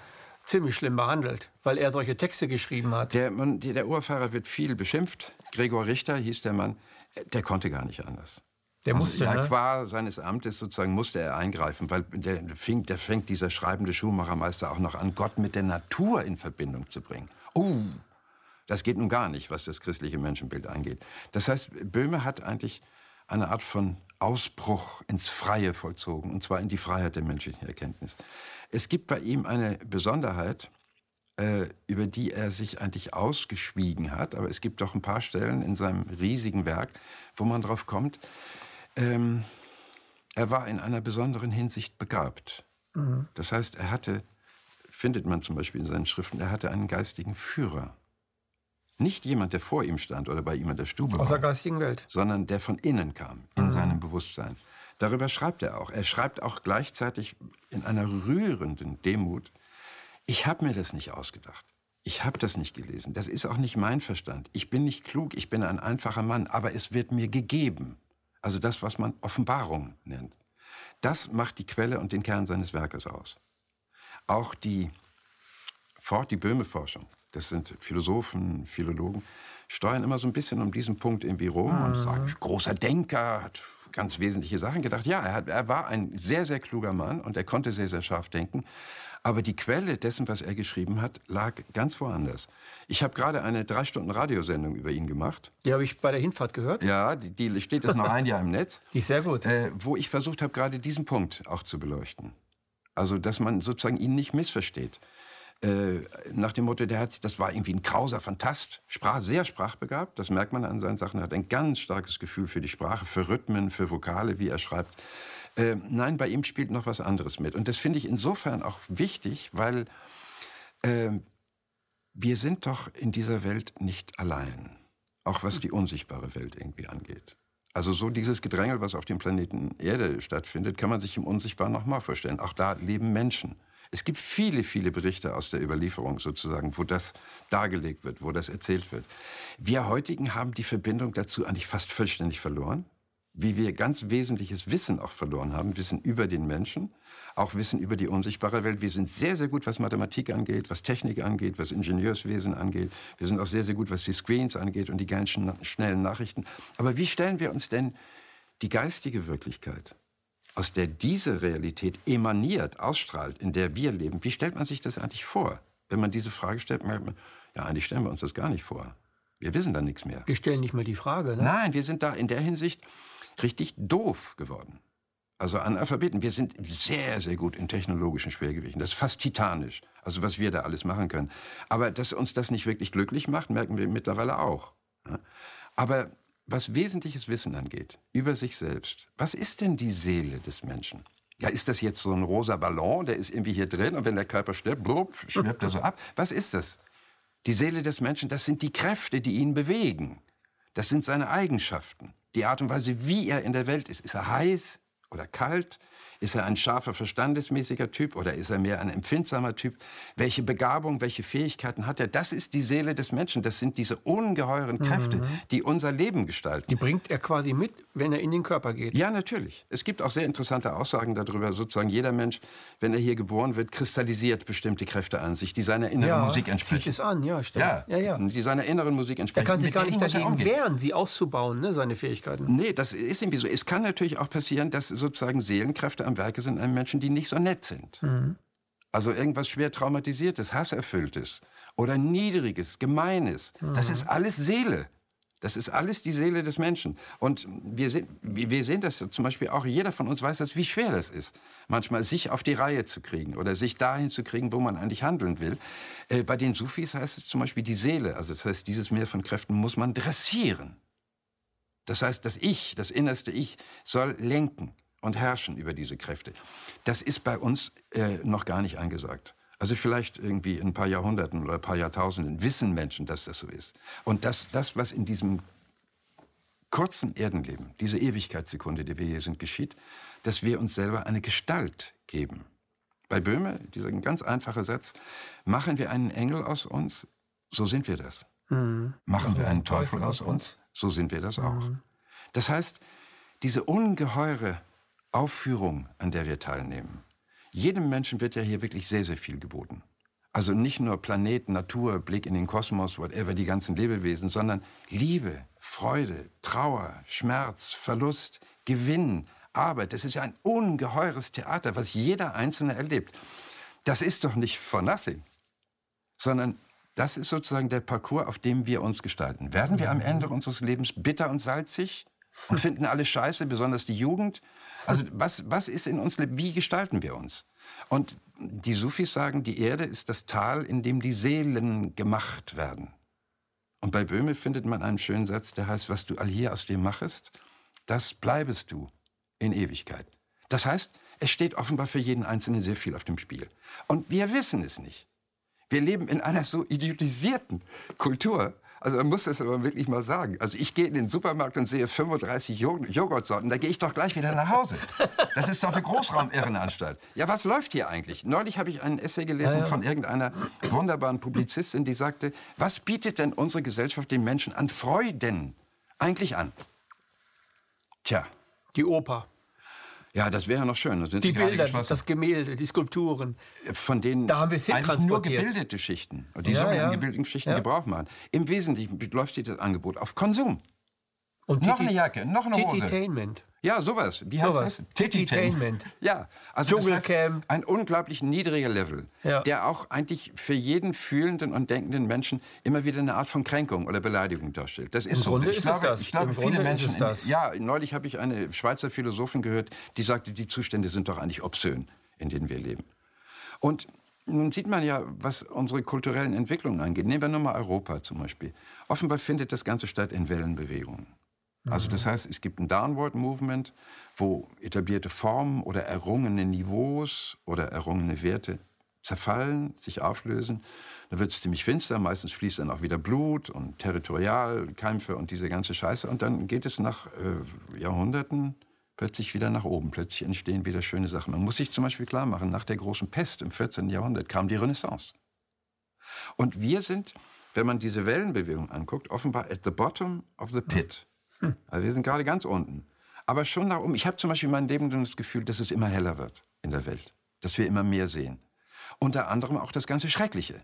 ziemlich schlimm behandelt, weil er solche Texte geschrieben hat. Der Urpfarrer wird viel beschimpft. Gregor Richter hieß der Mann. Der konnte gar nicht anders. Der musste, ja, qua seines Amtes sozusagen musste er eingreifen, weil fängt dieser schreibende Schuhmachermeister auch noch an, Gott mit der Natur in Verbindung zu bringen. Das geht nun gar nicht, was das christliche Menschenbild angeht. Das heißt, Böhme hat eigentlich eine Art von Ausbruch ins Freie vollzogen, und zwar in die Freiheit der menschlichen Erkenntnis. Es gibt bei ihm eine Besonderheit, über die er sich eigentlich ausgeschwiegen hat, aber es gibt doch ein paar Stellen in seinem riesigen Werk, wo man drauf kommt. Er war in einer besonderen Hinsicht begabt. Mhm. Das heißt, er hatte, findet man zum Beispiel in seinen Schriften, er hatte einen geistigen Führer. Nicht jemand, der vor ihm stand oder bei ihm in der Stube aus der geistigen Welt, sondern der von innen kam, in seinem Bewusstsein. Darüber schreibt er auch. Er schreibt auch gleichzeitig in einer rührenden Demut, ich habe mir das nicht ausgedacht. Ich habe das nicht gelesen. Das ist auch nicht mein Verstand. Ich bin nicht klug, ich bin ein einfacher Mann, aber es wird mir gegeben. Also das, was man Offenbarung nennt. Das macht die Quelle und den Kern seines Werkes aus. Auch die Böhme-Forschung, das sind Philosophen, Philologen, steuern immer so ein bisschen um diesen Punkt irgendwie rum und sagen, großer Denker, hat ganz wesentliche Sachen gedacht. Ja, er war ein sehr, sehr kluger Mann und er konnte sehr, sehr scharf denken. Aber die Quelle dessen, was er geschrieben hat, lag ganz woanders. Ich habe gerade eine 3-Stunden-Radiosendung über ihn gemacht. Die habe ich bei der Hinfahrt gehört. Ja, die steht jetzt noch ein Jahr im Netz. Die ist sehr gut. Wo ich versucht habe, gerade diesen Punkt auch zu beleuchten. Also, dass man sozusagen ihn nicht missversteht. Nach dem Motto, das war irgendwie ein krauser Fantast, sehr sprachbegabt, das merkt man an seinen Sachen, er hat ein ganz starkes Gefühl für die Sprache, für Rhythmen, für Vokale, wie er schreibt. Nein, bei ihm spielt noch was anderes mit. Und das finde ich insofern auch wichtig, weil wir sind doch in dieser Welt nicht allein, auch was die unsichtbare Welt irgendwie angeht. Also so dieses Gedrängel, was auf dem Planeten Erde stattfindet, kann man sich im Unsichtbaren noch mal vorstellen. Auch da leben Menschen. Es gibt viele, viele Berichte aus der Überlieferung sozusagen, wo das dargelegt wird, wo das erzählt wird. Wir heutigen haben die Verbindung dazu eigentlich fast vollständig verloren. Wie wir ganz wesentliches Wissen auch verloren haben, Wissen über den Menschen, auch Wissen über die unsichtbare Welt. Wir sind sehr, sehr gut, was Mathematik angeht, was Technik angeht, was Ingenieurswesen angeht. Wir sind auch sehr, sehr gut, was die Screens angeht und die ganz schnellen Nachrichten. Aber wie stellen wir uns denn die geistige Wirklichkeit, aus der diese Realität emaniert, ausstrahlt, in der wir leben, wie stellt man sich das eigentlich vor? Wenn man diese Frage stellt, merkt man, ja, eigentlich stellen wir uns das gar nicht vor. Wir wissen da nichts mehr. Wir stellen nicht mehr die Frage, ne? Nein, wir sind da in der Hinsicht richtig doof geworden. Also Analphabeten. Wir sind sehr, sehr gut in technologischen Schwergewichten. Das ist fast titanisch, also was wir da alles machen können. Aber dass uns das nicht wirklich glücklich macht, merken wir mittlerweile auch. Ja? Aber was wesentliches Wissen angeht, über sich selbst, was ist denn die Seele des Menschen? Ja, ist das jetzt so ein rosa Ballon, der ist irgendwie hier drin und wenn der Körper stirbt, blub, schwirbt er so ab? Was ist das? Die Seele des Menschen, das sind die Kräfte, die ihn bewegen. Das sind seine Eigenschaften. Die Art und Weise, wie er in der Welt ist. Ist er heiß oder kalt? Ist er ein scharfer, verstandesmäßiger Typ oder ist er mehr ein empfindsamer Typ? Welche Begabung, welche Fähigkeiten hat er? Das ist die Seele des Menschen. Das sind diese ungeheuren Kräfte, die unser Leben gestalten. Die bringt er quasi mit, wenn er in den Körper geht. Ja, natürlich. Es gibt auch sehr interessante Aussagen darüber. Sozusagen jeder Mensch, wenn er hier geboren wird, kristallisiert bestimmte Kräfte an sich, die seiner inneren Musik entsprechen. Zieht es an, ja, stimmt. Ja, die seiner inneren Musik entsprechen. Er kann sich gar nicht dagegen wehren, sie auszubauen, ne, seine Fähigkeiten. Nee, das ist irgendwie so. Es kann natürlich auch passieren, dass sozusagen Seelenkräfte am Werke sind in einem Menschen, die nicht so nett sind. Also irgendwas schwer Traumatisiertes, Hasserfülltes oder Niedriges, Gemeines. Das ist alles Seele. Das ist alles die Seele des Menschen. Und wir sehen das zum Beispiel auch, jeder von uns weiß das, wie schwer das ist, manchmal sich auf die Reihe zu kriegen oder sich dahin zu kriegen, wo man eigentlich handeln will. Bei den Sufis heißt es zum Beispiel die Seele, also das heißt, dieses Meer von Kräften muss man dressieren. Das heißt, das Ich, das innerste Ich, soll lenken und herrschen über diese Kräfte. Das ist bei uns noch gar nicht angesagt. Also vielleicht irgendwie in ein paar Jahrhunderten oder ein paar Jahrtausenden wissen Menschen, dass das so ist. Und das, was in diesem kurzen Erdenleben, diese Ewigkeitssekunde, die wir hier sind, geschieht, dass wir uns selber eine Gestalt geben. Bei Böhme, dieser ganz einfache Satz, machen wir einen Engel aus uns, so sind wir das. Machen wir einen Teufel aus uns, so sind wir das auch. Das heißt, diese ungeheure Aufführung, an der wir teilnehmen. Jedem Menschen wird ja hier wirklich sehr, sehr viel geboten. Also nicht nur Planet, Natur, Blick in den Kosmos, whatever, die ganzen Lebewesen, sondern Liebe, Freude, Trauer, Schmerz, Verlust, Gewinn, Arbeit. Das ist ja ein ungeheures Theater, was jeder Einzelne erlebt. Das ist doch nicht for nothing, sondern das ist sozusagen der Parcours, auf dem wir uns gestalten. Werden wir am Ende unseres Lebens bitter und salzig und finden alles scheiße, besonders die Jugend? Also was ist in uns, wie gestalten wir uns? Und die Sufis sagen, die Erde ist das Tal, in dem die Seelen gemacht werden. Und bei Böhme findet man einen schönen Satz, der heißt, was du all hier aus dir machest, das bleibest du in Ewigkeit. Das heißt, es steht offenbar für jeden Einzelnen sehr viel auf dem Spiel. Und wir wissen es nicht. Wir leben in einer so idiotisierten Kultur. Also man muss das aber wirklich mal sagen. Also ich gehe in den Supermarkt und sehe 35 Joghurtsorten, da gehe ich doch gleich wieder nach Hause. Das ist doch eine Großraumirrenanstalt. Ja, was läuft hier eigentlich? Neulich habe ich einen Essay gelesen von irgendeiner wunderbaren Publizistin, die sagte, was bietet denn unsere Gesellschaft den Menschen an Freuden eigentlich an? Tja. Die Oper. Ja, das wäre noch schön. Die Bilder, das Gemälde, die Skulpturen. Von denen da haben wir es eigentlich nur gebildete Schichten, die sogenannten gebildeten Schichten Gebrauch machen. Im Wesentlichen läuft sich das Angebot auf Konsum. Und noch eine Jacke, noch eine Hose. Tititainment. Ja, sowas. Wie heißt das? Tititainment. Ja, also das heißt, ein unglaublich niedriger Level, der auch eigentlich für jeden fühlenden und denkenden Menschen immer wieder eine Art von Kränkung oder Beleidigung darstellt. Das ist so. Ich glaube, viele Menschen. Neulich habe ich eine Schweizer Philosophin gehört, die sagte, die Zustände sind doch eigentlich obszön, in denen wir leben. Und nun sieht man ja, was unsere kulturellen Entwicklungen angeht. Nehmen wir nur mal Europa zum Beispiel. Offenbar findet das Ganze statt in Wellenbewegungen. Also das heißt, es gibt ein Downward Movement, wo etablierte Formen oder errungene Niveaus oder errungene Werte zerfallen, sich auflösen. Da wird es ziemlich finster, meistens fließt dann auch wieder Blut und Territorialkämpfe und diese ganze Scheiße. Und dann geht es nach Jahrhunderten plötzlich wieder nach oben. Plötzlich entstehen wieder schöne Sachen. Man muss sich zum Beispiel klar machen, nach der großen Pest im 14. Jahrhundert kam die Renaissance. Und wir sind, wenn man diese Wellenbewegung anguckt, offenbar at the bottom of the pit. Also wir sind gerade ganz unten. Aber schon nach oben. Ich habe zum Beispiel in meinem Leben das Gefühl, dass es immer heller wird in der Welt. Dass wir immer mehr sehen. Unter anderem auch das ganze Schreckliche.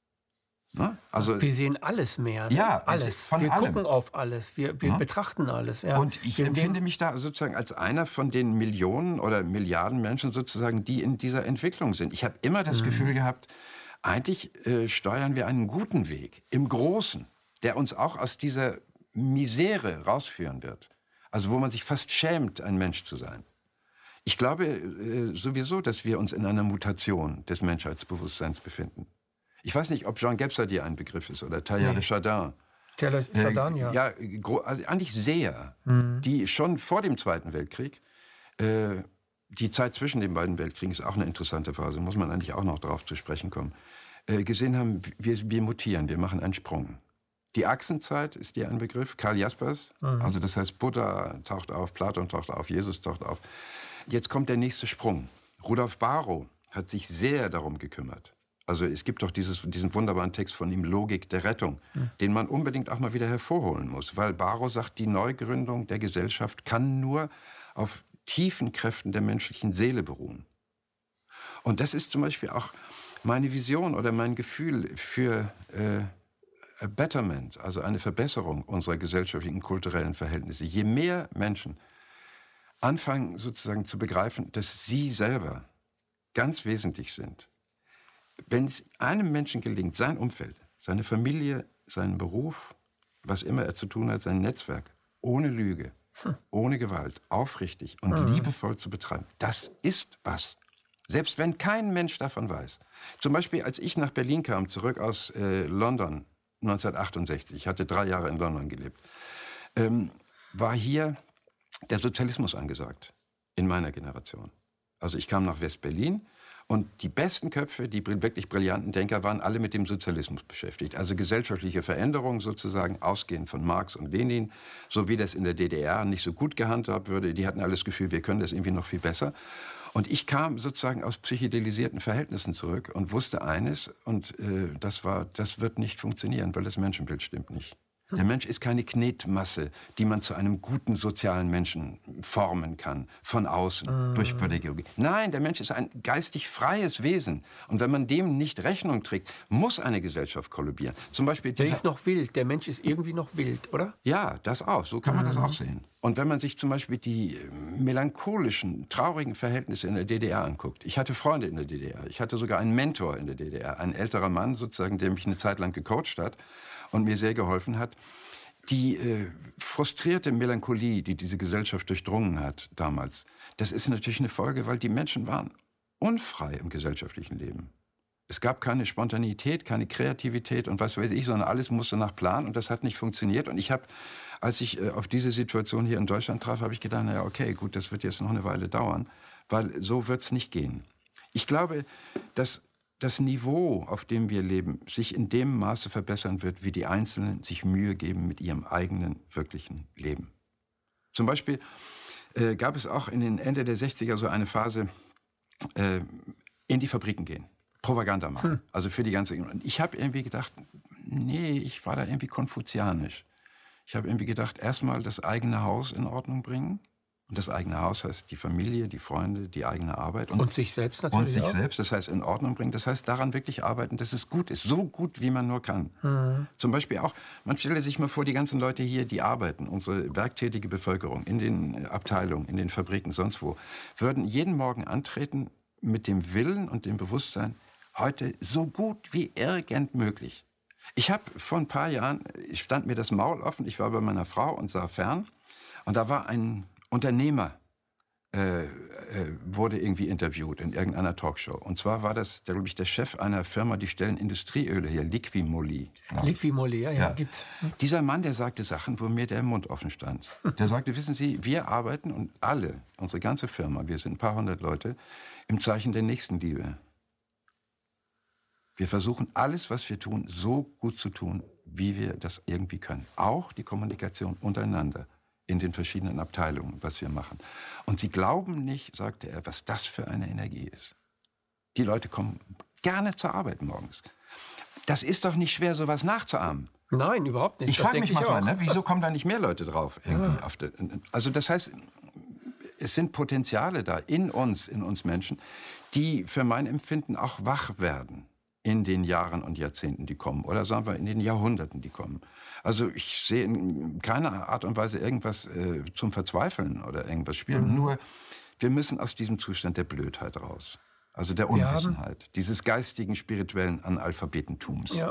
Ne? Also, wir sehen alles mehr. Ja, alles. Wir gucken auf alles. Wir betrachten alles. Ja. Und ich empfinde mich da sozusagen als einer von den Millionen oder Milliarden Menschen sozusagen, die in dieser Entwicklung sind. Ich habe immer das Gefühl gehabt, eigentlich steuern wir einen guten Weg im Großen, der uns auch aus dieser Misere rausführen wird. Also wo man sich fast schämt, ein Mensch zu sein. Ich glaube sowieso, dass wir uns in einer Mutation des Menschheitsbewusstseins befinden. Ich weiß nicht, ob Jean Gebser dir ein Begriff ist oder Teilhard de Chardin. Chardin, ja. Ja, also eigentlich sehr. Die schon vor dem Zweiten Weltkrieg, die Zeit zwischen den beiden Weltkriegen ist auch eine interessante Phase, muss man eigentlich auch noch darauf zu sprechen kommen, gesehen haben, wir mutieren, wir machen einen Sprung. Die Achsenzeit ist dir ein Begriff, Karl Jaspers. Also das heißt, Buddha taucht auf, Platon taucht auf, Jesus taucht auf. Jetzt kommt der nächste Sprung. Rudolf Barrow hat sich sehr darum gekümmert. Also es gibt doch diesen wunderbaren Text von ihm, Logik der Rettung, den man unbedingt auch mal wieder hervorholen muss. Weil Barrow sagt, die Neugründung der Gesellschaft kann nur auf tiefen Kräften der menschlichen Seele beruhen. Und das ist zum Beispiel auch meine Vision oder mein Gefühl für a betterment, also eine Verbesserung unserer gesellschaftlichen, kulturellen Verhältnisse. Je mehr Menschen anfangen sozusagen zu begreifen, dass sie selber ganz wesentlich sind. Wenn es einem Menschen gelingt, sein Umfeld, seine Familie, seinen Beruf, was immer er zu tun hat, sein Netzwerk, ohne Lüge, ohne Gewalt, aufrichtig und liebevoll zu betreiben, das ist was. Selbst wenn kein Mensch davon weiß. Zum Beispiel, als ich nach Berlin kam, zurück aus London, 1968, ich hatte 3 Jahre in London gelebt, war hier der Sozialismus angesagt, in meiner Generation. Also ich kam nach West-Berlin und die besten Köpfe, die wirklich brillanten Denker, waren alle mit dem Sozialismus beschäftigt. Also gesellschaftliche Veränderungen sozusagen, ausgehend von Marx und Lenin, so wie das in der DDR nicht so gut gehandhabt würde. Die hatten alles das Gefühl, wir können das irgendwie noch viel besser. Und ich kam sozusagen aus psychedelisierten Verhältnissen zurück und wusste eines, und das wird nicht funktionieren, weil das Menschenbild stimmt nicht. Der Mensch ist keine Knetmasse, die man zu einem guten sozialen Menschen formen kann, von außen, durch Pädagogik. Nein, der Mensch ist ein geistig freies Wesen. Und wenn man dem nicht Rechnung trägt, muss eine Gesellschaft kollabieren. Zum Beispiel der ist noch wild, der Mensch ist irgendwie noch wild, oder? Ja, das auch, so kann man das auch sehen. Und wenn man sich zum Beispiel die melancholischen, traurigen Verhältnisse in der DDR anguckt. Ich hatte Freunde in der DDR, ich hatte sogar einen Mentor in der DDR, ein älterer Mann sozusagen, der mich eine Zeit lang gecoacht hat und mir sehr geholfen hat. Die frustrierte Melancholie, die diese Gesellschaft durchdrungen hat damals, das ist natürlich eine Folge, weil die Menschen waren unfrei im gesellschaftlichen Leben. Es gab keine Spontanität, keine Kreativität und was weiß ich, sondern alles musste nach Plan und das hat nicht funktioniert. Und ich habe, als ich auf diese Situation hier in Deutschland traf, habe ich gedacht, naja, okay, gut, das wird jetzt noch eine Weile dauern, weil so wird es nicht gehen. Ich glaube, dass das Niveau, auf dem wir leben, sich in dem Maße verbessern wird, wie die Einzelnen sich Mühe geben mit ihrem eigenen, wirklichen Leben. Zum Beispiel gab es auch in den Ende der 60er so eine Phase, in die Fabriken gehen, Propaganda machen, also für die ganze... Und ich habe irgendwie gedacht, nee, ich war da irgendwie konfuzianisch. Ich habe irgendwie gedacht, erstmal das eigene Haus in Ordnung bringen. Und das eigene Haus heißt die Familie, die Freunde, die eigene Arbeit. Und sich selbst natürlich Und sich auch. selbst, das heißt in Ordnung bringen. Das heißt daran wirklich arbeiten, dass es gut ist. So gut, wie man nur kann. Zum Beispiel auch, man stelle sich mal vor, die ganzen Leute hier, die arbeiten, unsere werktätige Bevölkerung in den Abteilungen, in den Fabriken, sonst wo, würden jeden Morgen antreten mit dem Willen und dem Bewusstsein, heute so gut wie irgend möglich. Ich habe vor ein paar Jahren, stand mir das Maul offen, ich war bei meiner Frau und sah fern. Und da war ein Unternehmer, wurde irgendwie interviewt in irgendeiner Talkshow. Und zwar war das, glaube ich, der Chef einer Firma, die stellen Industrieöle her, Liqui-Moly. Liqui-Moly, ja, gibt's. Dieser Mann, der sagte Sachen, wo mir der Mund offen stand. Der sagte, wissen Sie, wir arbeiten und alle, unsere ganze Firma, wir sind ein paar hundert Leute, im Zeichen der Nächstenliebe. Wir versuchen alles, was wir tun, so gut zu tun, wie wir das irgendwie können. Auch die Kommunikation untereinander in den verschiedenen Abteilungen, was wir machen. Und Sie glauben nicht, sagte er, was das für eine Energie ist. Die Leute kommen gerne zur Arbeit morgens. Das ist doch nicht schwer, sowas nachzuahmen. Nein, überhaupt nicht. Ich frage mich manchmal, ne, wieso kommen da nicht mehr Leute drauf? Irgendwie also das heißt, es sind Potenziale da in uns Menschen, die für mein Empfinden auch wach werden in den Jahren und Jahrzehnten, die kommen. Oder sagen wir, in den Jahrhunderten, die kommen. Also ich sehe in keiner Art und Weise irgendwas zum Verzweifeln oder irgendwas spielen. Nur, wir müssen aus diesem Zustand der Blödheit raus. Also der Unwissenheit. Dieses geistigen, spirituellen Analphabetentums. Ja.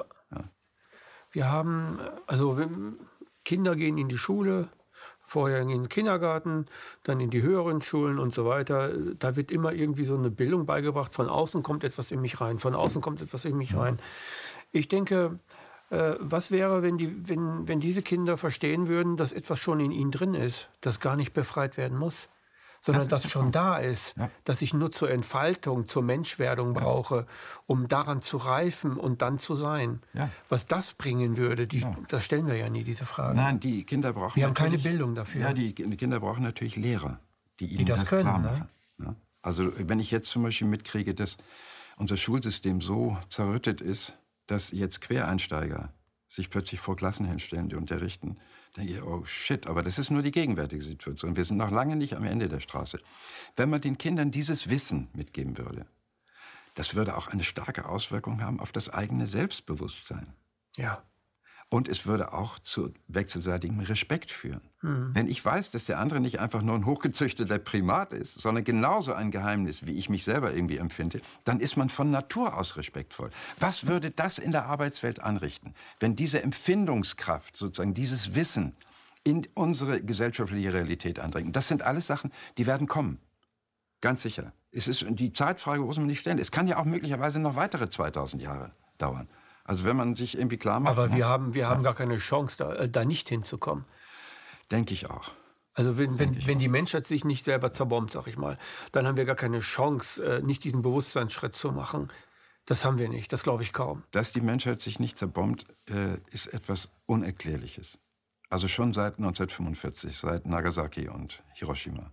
Wir haben, also Kinder gehen in die Schule, vorher in den Kindergarten, dann in die höheren Schulen und so weiter. Da wird immer irgendwie so eine Bildung beigebracht. Von außen kommt etwas in mich rein, von außen kommt etwas in mich rein. Ich denke, was wäre, wenn diese Kinder verstehen würden, dass etwas schon in ihnen drin ist, das gar nicht befreit werden muss, sondern das schon da ist, dass ich nur zur Entfaltung, zur Menschwerdung brauche, um daran zu reifen und dann zu sein. Ja. Was das bringen würde, das stellen wir ja nie, diese Frage. Nein, die Kinder brauchen... Wir haben keine Bildung dafür. Ja, die Kinder brauchen natürlich Lehrer, die ihnen das können, klar machen. Ne? Also wenn ich jetzt zum Beispiel mitkriege, dass unser Schulsystem so zerrüttet ist, dass jetzt Quereinsteiger sich plötzlich vor Klassen hinstellen, die unterrichten, denke ich, oh shit, aber das ist nur die gegenwärtige Situation. Wir sind noch lange nicht am Ende der Straße. Wenn man den Kindern dieses Wissen mitgeben würde, das würde auch eine starke Auswirkung haben auf das eigene Selbstbewusstsein. Ja. Und es würde auch zu wechselseitigem Respekt führen. Wenn ich weiß, dass der andere nicht einfach nur ein hochgezüchteter Primat ist, sondern genauso ein Geheimnis, wie ich mich selber irgendwie empfinde, dann ist man von Natur aus respektvoll. Was würde das in der Arbeitswelt anrichten, wenn diese Empfindungskraft, sozusagen dieses Wissen in unsere gesellschaftliche Realität eindringt? Das sind alles Sachen, die werden kommen. Ganz sicher. Es ist die Zeitfrage, muss man nicht stellen. Es kann ja auch möglicherweise noch weitere 2000 Jahre dauern. Also wenn man sich irgendwie klar macht... Aber wir haben gar keine Chance, da nicht hinzukommen. Denke ich auch. Also wenn die Menschheit sich nicht selber zerbombt, sag ich mal, dann haben wir gar keine Chance, nicht diesen Bewusstseinsschritt zu machen. Das haben wir nicht, das glaube ich kaum. Dass die Menschheit sich nicht zerbombt, ist etwas Unerklärliches. Also schon seit 1945, seit Nagasaki und Hiroshima.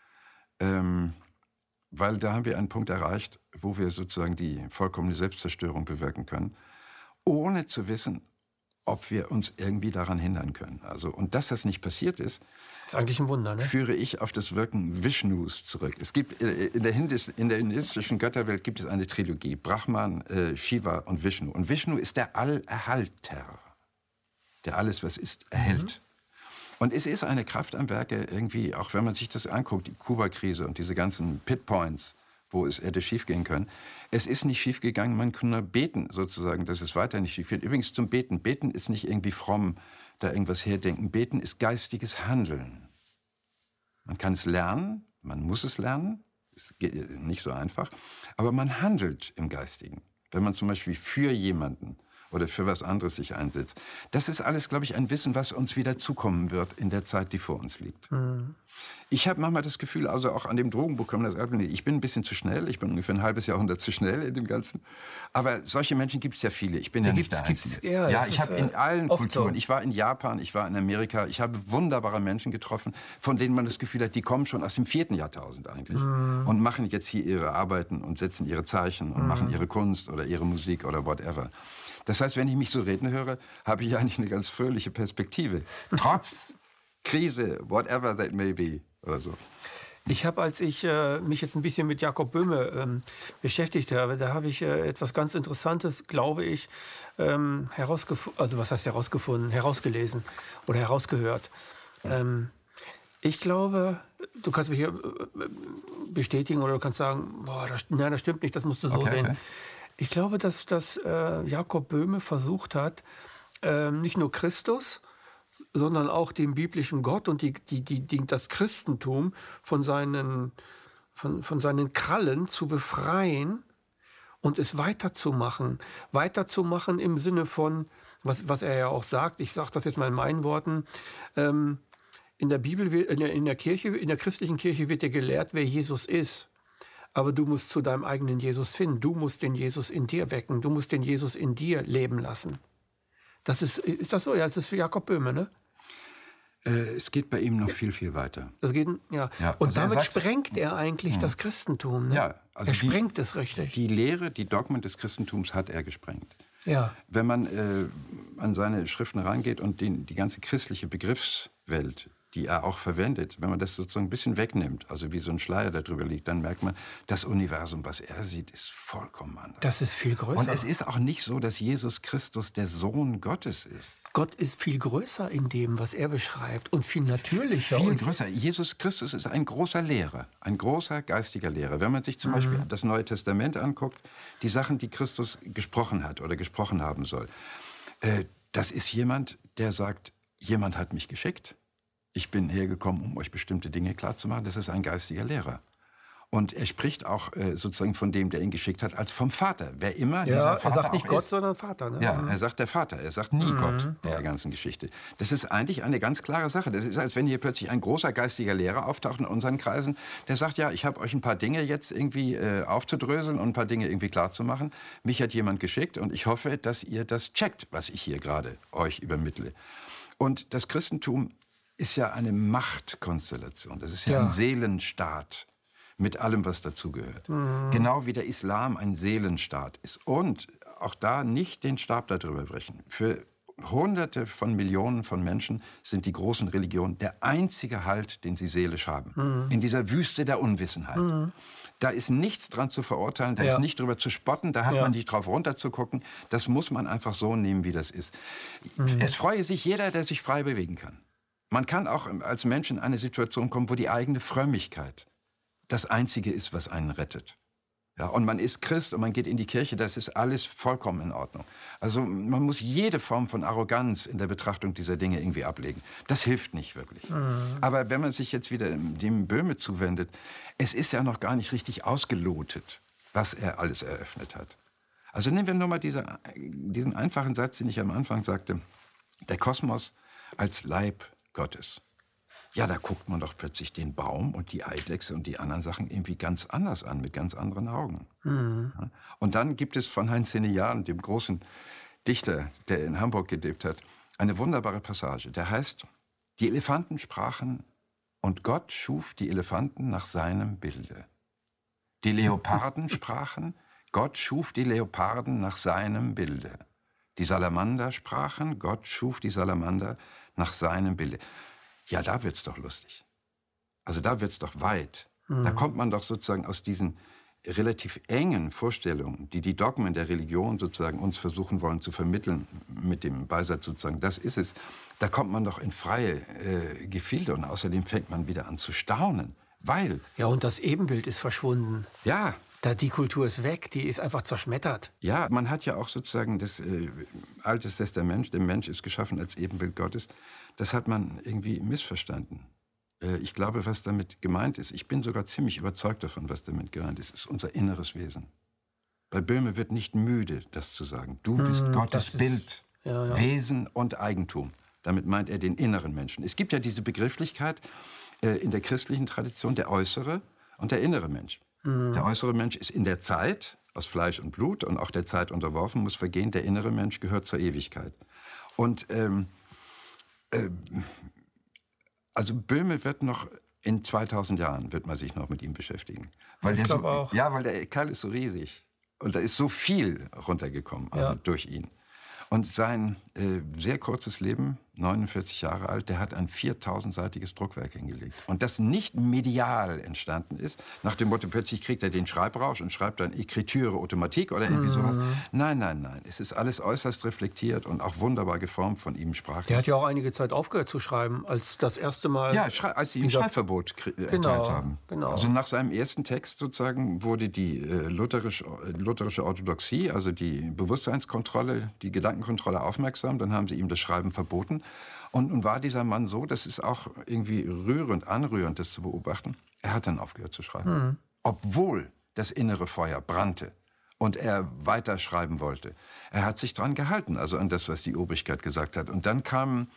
Weil da haben wir einen Punkt erreicht, wo wir sozusagen die vollkommene Selbstzerstörung bewirken können, ohne zu wissen, ob wir uns irgendwie daran hindern können. Also, und dass das nicht passiert ist, ist eigentlich ein Wunder, ne? Führe ich auf das Wirken Vishnus zurück. Es gibt in der hindustischen Götterwelt gibt es eine Trilogie: Brahman, Shiva und Vishnu. Und Vishnu ist der Allerhalter, der alles, was ist, erhält. Und es ist eine Kraft am Werke irgendwie, auch wenn man sich das anguckt, die Kuba-Krise und diese ganzen Pitpoints, wo es hätte schiefgehen können. Es ist nicht schiefgegangen, man kann nur beten, sozusagen, dass es weiter nicht schief geht. Übrigens zum Beten. Beten ist nicht irgendwie fromm, da irgendwas herdenken. Beten ist geistiges Handeln. Man kann es lernen, man muss es lernen, ist nicht so einfach, aber man handelt im Geistigen. Wenn man zum Beispiel für jemanden oder für was anderes sich einsetzt. Das ist alles, glaube ich, ein Wissen, was uns wieder zukommen wird in der Zeit, die vor uns liegt. Mhm. Ich habe manchmal das Gefühl, also auch an dem Drogenbuch kann man das Album, ich bin ein bisschen zu schnell, ich bin ungefähr ein halbes Jahrhundert zu schnell in dem Ganzen. Aber solche Menschen gibt es ja viele, ich bin ja nicht der Einzige. Ja, ich habe in allen Kulturen, ich war in Japan, ich war in Amerika, ich habe wunderbare Menschen getroffen, von denen man das Gefühl hat, die kommen schon aus dem 4. Jahrtausend eigentlich und machen jetzt hier ihre Arbeiten und setzen ihre Zeichen und machen ihre Kunst oder ihre Musik oder whatever. Das heißt, wenn ich mich so reden höre, habe ich eigentlich eine ganz fröhliche Perspektive. Trotz Krise, whatever that may be. Oder so. Ich habe, als ich mich jetzt ein bisschen mit Jakob Böhme beschäftigt habe, da habe ich etwas ganz Interessantes, glaube ich, herausgelesen oder herausgehört. Ich glaube, du kannst mich hier bestätigen oder du kannst sagen, das stimmt nicht, das musst du so sehen. Okay. Ich glaube, dass Jakob Böhme versucht hat, nicht nur Christus, sondern auch den biblischen Gott und das Christentum von seinen Krallen zu befreien und es weiterzumachen. Weiterzumachen im Sinne von, was er ja auch sagt, ich sage das jetzt mal in meinen Worten, in der Bibel, in der christlichen Kirche wird dir gelehrt, wer Jesus ist. Aber du musst zu deinem eigenen Jesus finden. Du musst den Jesus in dir wecken. Du musst den Jesus in dir leben lassen. Ist das so? Ja, das ist Jakob Böhme, ne? Es geht bei ihm noch viel, viel weiter. Das geht, ja. Und also damit sprengt er eigentlich das Christentum. Ne? Ja, also er sprengt es richtig. Die Lehre, die Dogmen des Christentums hat er gesprengt. Ja. Wenn man an seine Schriften rangeht und die ganze christliche Begriffswelt, die er auch verwendet, wenn man das sozusagen ein bisschen wegnimmt, also wie so ein Schleier da drüber liegt, dann merkt man, das Universum, was er sieht, ist vollkommen anders. Das ist viel größer. Und es ist auch nicht so, dass Jesus Christus der Sohn Gottes ist. Gott ist viel größer in dem, was er beschreibt und viel natürlicher. Viel größer. Jesus Christus ist ein großer Lehrer, ein großer geistiger Lehrer. Wenn man sich zum Beispiel das Neue Testament anguckt, die Sachen, die Christus gesprochen hat oder gesprochen haben soll, das ist jemand, der sagt, jemand hat mich geschickt. Ich bin hergekommen, um euch bestimmte Dinge klarzumachen. Das ist ein geistiger Lehrer. Und er spricht auch sozusagen von dem, der ihn geschickt hat, als vom Vater. Wer immer dieser Vater er sagt nicht Gott, ist. Sondern Vater. Ne? Ja, er sagt der Vater. Er sagt nie Gott in der ganzen Geschichte. Das ist eigentlich eine ganz klare Sache. Das ist, als wenn hier plötzlich ein großer geistiger Lehrer auftaucht in unseren Kreisen, der sagt, ja, ich habe euch ein paar Dinge jetzt irgendwie aufzudröseln und ein paar Dinge irgendwie klarzumachen. Mich hat jemand geschickt und ich hoffe, dass ihr das checkt, was ich hier gerade euch übermittle. Und das Christentum ist ja eine Machtkonstellation. Das ist ja ein Seelenstaat mit allem, was dazugehört. Genau wie der Islam ein Seelenstaat ist. Und auch da nicht den Stab darüber brechen. Für Hunderte von Millionen von Menschen sind die großen Religionen der einzige Halt, den sie seelisch haben. In dieser Wüste der Unwissenheit. Da ist nichts dran zu verurteilen, da ist nicht drüber zu spotten, da hat man nicht drauf runterzugucken. Das muss man einfach so nehmen, wie das ist. Es freue sich jeder, der sich frei bewegen kann. Man kann auch als Mensch in eine Situation kommen, wo die eigene Frömmigkeit das Einzige ist, was einen rettet. Ja, und man ist Christ und man geht in die Kirche, das ist alles vollkommen in Ordnung. Also man muss jede Form von Arroganz in der Betrachtung dieser Dinge irgendwie ablegen. Das hilft nicht wirklich. Aber wenn man sich jetzt wieder dem Böhme zuwendet, es ist ja noch gar nicht richtig ausgelotet, was er alles eröffnet hat. Also nehmen wir nur mal diesen einfachen Satz, den ich am Anfang sagte, der Kosmos als Leib Gottes. Ja, da guckt man doch plötzlich den Baum und die Eidechse und die anderen Sachen irgendwie ganz anders an, mit ganz anderen Augen. Ja? Und dann gibt es von Heinz Hennigan, dem großen Dichter, der in Hamburg gelebt hat, eine wunderbare Passage. Der heißt, die Elefanten sprachen und Gott schuf die Elefanten nach seinem Bilde. Die Leoparden sprachen, Gott schuf die Leoparden nach seinem Bilde. Die Salamander sprachen, Gott schuf die Salamander nach seinem Bilde. Ja, da wird's doch lustig. Also da wird's doch weit. Da kommt man doch sozusagen aus diesen relativ engen Vorstellungen, die die Dogmen der Religion sozusagen uns versuchen wollen zu vermitteln, mit dem Beisatz sozusagen, das ist es, da kommt man doch in freie Gefilde und außerdem fängt man wieder an zu staunen, weil... Ja, und das Ebenbild ist verschwunden. Ja. Die Kultur ist weg, die ist einfach zerschmettert. Ja, man hat ja auch sozusagen das Altes Testament, der Mensch ist geschaffen als Ebenbild Gottes, das hat man irgendwie missverstanden. Ich glaube, was damit gemeint ist, ich bin sogar ziemlich überzeugt davon, was damit gemeint ist unser inneres Wesen. Bei Böhme wird nicht müde, das zu sagen. Du bist Gottes Bild, Wesen und Eigentum. Damit meint er den inneren Menschen. Es gibt ja diese Begrifflichkeit in der christlichen Tradition, der äußere und der innere Mensch. Der äußere Mensch ist in der Zeit, aus Fleisch und Blut und auch der Zeit unterworfen, muss vergehen. Der innere Mensch gehört zur Ewigkeit. Und also Böhme wird noch in 2000 Jahren wird man sich noch mit ihm beschäftigen, weil ich glaube auch. Ja, weil der Kerl ist so riesig und da ist so viel runtergekommen, also durch ihn. Und sein sehr kurzes Leben, 49 Jahre alt, der hat ein 4000-seitiges Druckwerk hingelegt. Und das nicht medial entstanden ist, nach dem Motto, plötzlich kriegt er den Schreibrausch und schreibt dann Écriture Automatique oder irgendwie sowas. Nein, nein, nein. Es ist alles äußerst reflektiert und auch wunderbar geformt von ihm sprachlich. Der hat ja auch einige Zeit aufgehört zu schreiben, als das erste Mal... Ja, als sie ihm Schreibverbot erteilt haben. Genau. Also nach seinem ersten Text sozusagen wurde die lutherische Orthodoxie, also die Bewusstseinskontrolle, die Gedankenkontrolle aufmerksam. Dann haben sie ihm das Schreiben verboten. Und nun war dieser Mann so, das ist auch irgendwie anrührend, das zu beobachten. Er hat dann aufgehört zu schreiben. Obwohl das innere Feuer brannte und er weiterschreiben wollte. Er hat sich dran gehalten, also an das, was die Obrigkeit gesagt hat. Und dann kamen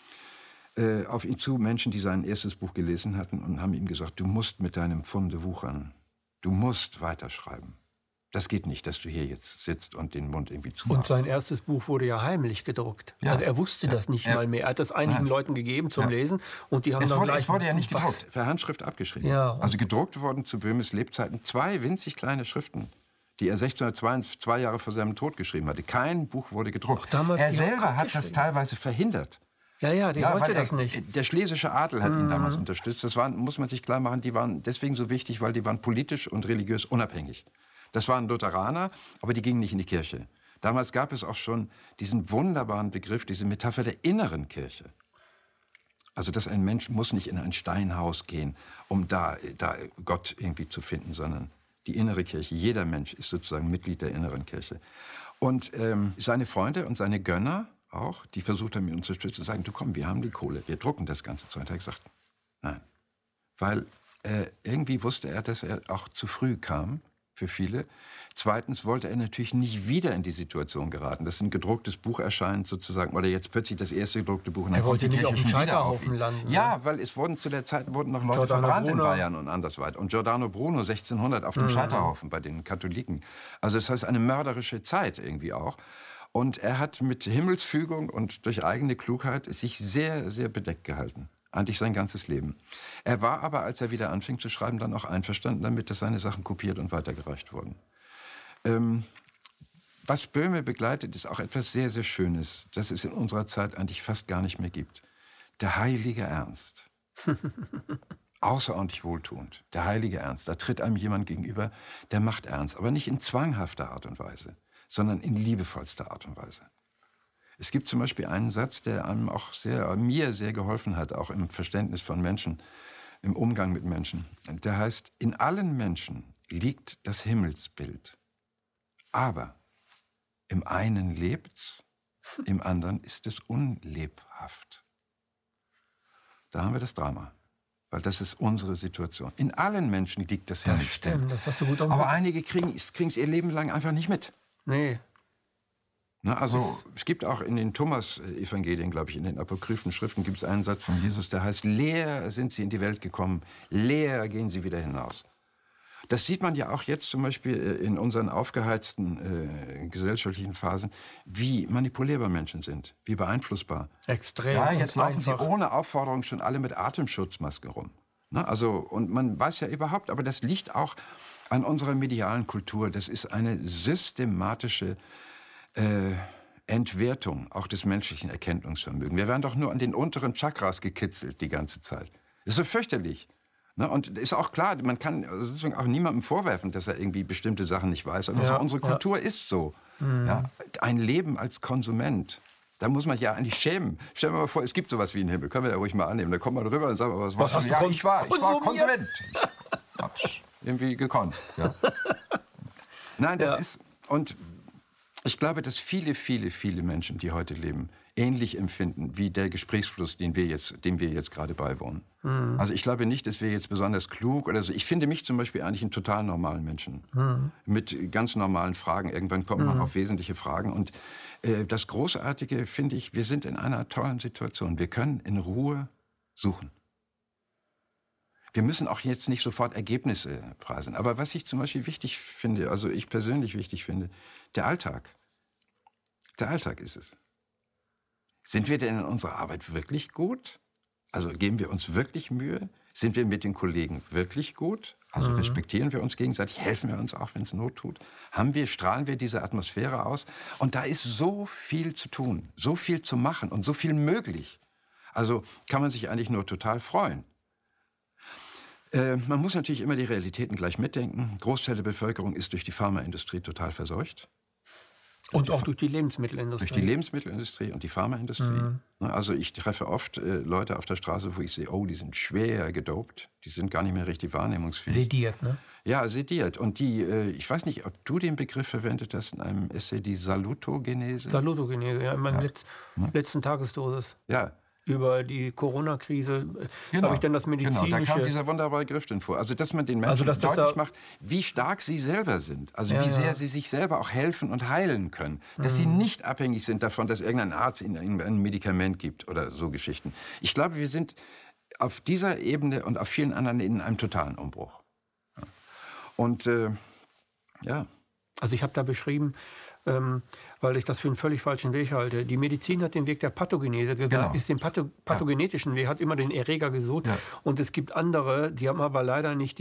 auf ihn zu Menschen, die sein erstes Buch gelesen hatten und haben ihm gesagt, du musst mit deinem Pfunde wuchern. Du musst weiterschreiben. Das geht nicht, dass du hier jetzt sitzt und den Mund irgendwie zumachst. Und sein erstes Buch wurde ja heimlich gedruckt. Ja. Also er wusste das nicht mal mehr. Er hat das einigen Leuten gegeben zum Lesen und die haben dann gleich... Es wurde ja nicht gedruckt, per Handschrift abgeschrieben. Ja. Also gedruckt wurden zu Böhmes Lebzeiten 2 winzig kleine Schriften, die er 1602, 2 Jahre vor seinem Tod geschrieben hatte. Kein Buch wurde gedruckt. Er selber hat das teilweise verhindert. Ja, der wollte das nicht. Der schlesische Adel hat ihn damals unterstützt. Das muss man sich klar machen, die waren deswegen so wichtig, weil die waren politisch und religiös unabhängig. Das waren Lutheraner, aber die gingen nicht in die Kirche. Damals gab es auch schon diesen wunderbaren Begriff, diese Metapher der inneren Kirche. Also, dass ein Mensch muss nicht in ein Steinhaus gehen, um da Gott irgendwie zu finden, sondern die innere Kirche. Jeder Mensch ist sozusagen Mitglied der inneren Kirche. Und seine Freunde und seine Gönner auch, die versucht haben, ihn zu unterstützen, sagen, du komm, wir haben die Kohle, wir drucken das ganze Zeug. Er hat gesagt, nein. Weil irgendwie wusste er, dass er auch zu früh kam, für viele. Zweitens wollte er natürlich nicht wieder in die Situation geraten, dass ein gedrucktes Buch erscheint sozusagen, oder jetzt plötzlich das erste gedruckte Buch. Und er wollte nicht auf dem Scheiterhaufen landen. Ja, weil es wurden zu der Zeit noch Leute verbrannt in Bayern und andersweit. Und Giordano Bruno 1600 auf dem Scheiterhaufen bei den Katholiken. Also das heißt eine mörderische Zeit irgendwie auch. Und er hat mit Himmelsfügung und durch eigene Klugheit sich sehr, sehr bedeckt gehalten. Eigentlich sein ganzes Leben. Er war aber, als er wieder anfing zu schreiben, dann auch einverstanden damit, dass seine Sachen kopiert und weitergereicht wurden. Was Böhme begleitet, ist auch etwas sehr, sehr Schönes, das es in unserer Zeit eigentlich fast gar nicht mehr gibt. Der heilige Ernst. Außerordentlich wohltuend. Der heilige Ernst. Da tritt einem jemand gegenüber, der macht ernst. Aber nicht in zwanghafter Art und Weise, sondern in liebevollster Art und Weise. Es gibt zum Beispiel einen Satz, der mir sehr geholfen hat, auch im Verständnis von Menschen, im Umgang mit Menschen. Der heißt, in allen Menschen liegt das Himmelsbild. Aber im einen lebt's, im anderen ist es unlebhaft. Da haben wir das Drama. Weil das ist unsere Situation. In allen Menschen liegt das Himmelsbild. Das stimmt, das hast du gut umgesetzt. Aber einige kriegen es ihr Leben lang einfach nicht mit. Nee. Na, also es gibt auch in den Thomas-Evangelien, glaube ich, in den apokryphen Schriften gibt es einen Satz von Jesus, der heißt, leer sind sie in die Welt gekommen, leer gehen sie wieder hinaus. Das sieht man ja auch jetzt zum Beispiel in unseren aufgeheizten gesellschaftlichen Phasen, wie manipulierbar Menschen sind, wie beeinflussbar. Extrem. Ja, jetzt laufen sie ohne Aufforderung schon alle mit Atemschutzmaske rum. Na, also, und man weiß ja überhaupt, aber das liegt auch an unserer medialen Kultur. Das ist eine systematische Entwertung auch des menschlichen Erkenntnisvermögens. Wir werden doch nur an den unteren Chakras gekitzelt die ganze Zeit. Das ist so fürchterlich. Ne? Und ist auch klar, man kann sozusagen auch niemandem vorwerfen, dass er irgendwie bestimmte Sachen nicht weiß. Also unsere Kultur ist so. Ja, ein Leben als Konsument. Da muss man ja eigentlich schämen. Stellen wir mal vor, es gibt sowas wie einen Himmel. Können wir ja ruhig mal annehmen. Da kommt man rüber und sagt, was warst du? Ja, ich war Konsument. Ich hab's irgendwie gekonnt. Ja. Nein, das ist... Und ich glaube, dass viele, viele, viele Menschen, die heute leben, ähnlich empfinden wie der Gesprächsfluss, dem wir jetzt gerade beiwohnen. Also ich glaube nicht, dass wir jetzt besonders klug oder so. Ich finde mich zum Beispiel eigentlich einen total normalen Menschen. Mit ganz normalen Fragen. Irgendwann kommt man auf wesentliche Fragen. Und das Großartige finde ich, wir sind in einer tollen Situation. Wir können in Ruhe suchen. Wir müssen auch jetzt nicht sofort Ergebnisse preisen. Aber was ich zum Beispiel wichtig finde, also ich persönlich wichtig finde, der Alltag. Der Alltag ist es. Sind wir denn in unserer Arbeit wirklich gut? Also geben wir uns wirklich Mühe? Sind wir mit den Kollegen wirklich gut? Also respektieren wir uns gegenseitig? Helfen wir uns auch, wenn es Not tut? Strahlen wir diese Atmosphäre aus? Und da ist so viel zu tun, so viel zu machen und so viel möglich. Also kann man sich eigentlich nur total freuen. Man muss natürlich immer die Realitäten gleich mitdenken. Großteil der Bevölkerung ist durch die Pharmaindustrie total verseucht. Und auch durch die Lebensmittelindustrie. Durch die Lebensmittelindustrie und die Pharmaindustrie. Also ich treffe oft Leute auf der Straße, wo ich sehe, oh, die sind schwer gedopt. Die sind gar nicht mehr richtig wahrnehmungsfähig. Sediert, ne? Ja, sediert. Und die, ich weiß nicht, ob du den Begriff verwendet hast in einem Essay, die Salutogenese. Salutogenese, ja, in meiner letzten Tagesdosis. Ja. Über die Corona-Krise habe ich dann das medizinische... Genau, da kam dieser wunderbare Begriff drin vor. Also, dass man den Menschen deutlich macht, wie stark sie selber sind. Also, wie sehr sie sich selber auch helfen und heilen können. Dass sie nicht abhängig sind davon, dass irgendein Arzt ihnen ein Medikament gibt oder so Geschichten. Ich glaube, wir sind auf dieser Ebene und auf vielen anderen in einem totalen Umbruch. Und, Also, ich habe da beschrieben... weil ich das für einen völlig falschen Weg halte. Die Medizin hat den Weg der Pathogenese gegangen, ist den pathogenetischen Weg, hat immer den Erreger gesucht. Ja. Und es gibt andere, die haben aber leider nicht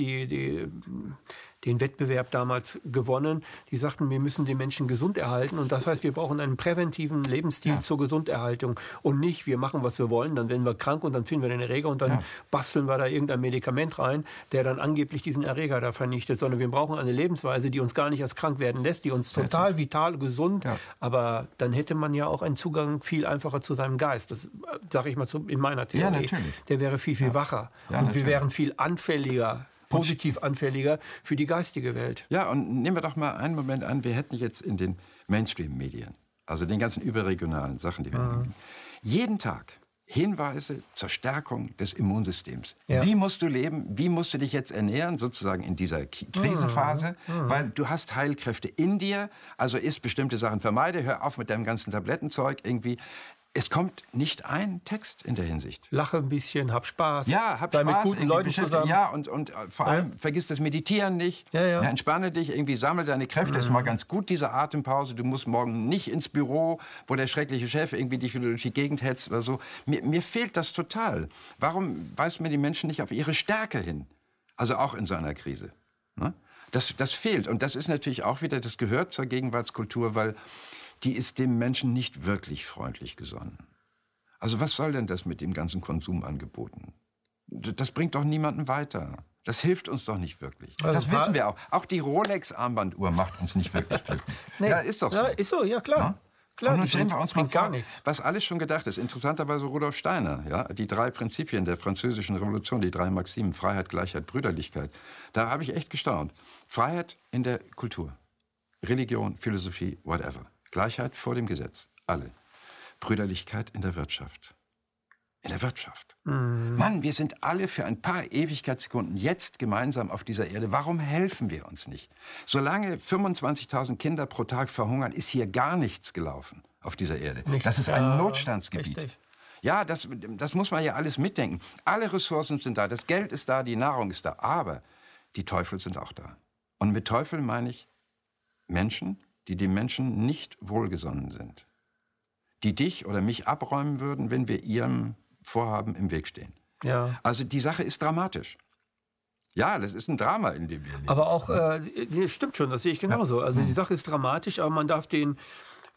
den Wettbewerb damals gewonnen. Die sagten, wir müssen den Menschen gesund erhalten. Und das heißt, wir brauchen einen präventiven Lebensstil zur Gesunderhaltung. Und nicht, wir machen, was wir wollen, dann werden wir krank und dann finden wir den Erreger und dann basteln wir da irgendein Medikament rein, der dann angeblich diesen Erreger da vernichtet. Sondern wir brauchen eine Lebensweise, die uns gar nicht erst krank werden lässt, die uns total vital, gesund, aber dann hätte man ja auch einen Zugang viel einfacher zu seinem Geist. Das sage ich mal in meiner Theorie. Ja, natürlich. Der wäre viel, viel wacher. Ja, und wir wären viel anfälliger, positiv anfälliger für die geistige Welt. Ja, und nehmen wir doch mal einen Moment an, wir hätten jetzt in den Mainstream-Medien, also den ganzen überregionalen Sachen, die wir haben, jeden Tag Hinweise zur Stärkung des Immunsystems. Ja. Wie musst du leben? Wie musst du dich jetzt ernähren, sozusagen in dieser Krisenphase? Weil du hast Heilkräfte in dir, also isst bestimmte Sachen, vermeide, hör auf mit deinem ganzen Tablettenzeug irgendwie. Es kommt nicht ein Text in der Hinsicht. Lache ein bisschen, hab Spaß. Ja, hab sei Spaß. Mit guten Leuten zusammen. Ja, und vor allem vergiss das Meditieren nicht. Ja, entspanne dich, irgendwie sammle deine Kräfte. Ist mal ganz gut, diese Atempause. Du musst morgen nicht ins Büro, wo der schreckliche Chef irgendwie dich wieder durch die Gegend hetzt oder so. Mir fehlt das total. Warum weisen mir die Menschen nicht auf ihre Stärke hin? Also auch in so einer Krise. Ne? Das fehlt. Und das ist natürlich auch wieder, das gehört zur Gegenwartskultur, weil die ist dem Menschen nicht wirklich freundlich gesonnen. Also was soll denn das mit dem ganzen Konsumangeboten? Das bringt doch niemanden weiter. Das hilft uns doch nicht wirklich. Also das wissen wir auch. Auch die Rolex-Armbanduhr macht uns nicht wirklich glücklich. Nee. Ja, ist doch so. Ja, ist so, ja klar. Ja? Klar, und nun stellen wir uns mal vor, was alles schon gedacht ist. Interessanterweise Rudolf Steiner, ja, die 3 Prinzipien der französischen Revolution, die 3 Maximen, Freiheit, Gleichheit, Brüderlichkeit. Da habe ich echt gestaunt. Freiheit in der Kultur, Religion, Philosophie, whatever. Gleichheit vor dem Gesetz, alle. Brüderlichkeit in der Wirtschaft. In der Wirtschaft. Mann, wir sind alle für ein paar Ewigkeitssekunden jetzt gemeinsam auf dieser Erde. Warum helfen wir uns nicht? Solange 25.000 Kinder pro Tag verhungern, ist hier gar nichts gelaufen auf dieser Erde. Das ist ein Notstandsgebiet. Richtig. Ja, das muss man ja alles mitdenken. Alle Ressourcen sind da, das Geld ist da, die Nahrung ist da. Aber die Teufel sind auch da. Und mit Teufel meine ich Menschen, die dem Menschen nicht wohlgesonnen sind. Die dich oder mich abräumen würden, wenn wir ihrem Vorhaben im Weg stehen. Ja. Also die Sache ist dramatisch. Ja, das ist ein Drama, in dem wir leben. Aber auch, stimmt schon, das sehe ich genauso. Also die Sache ist dramatisch, aber man darf den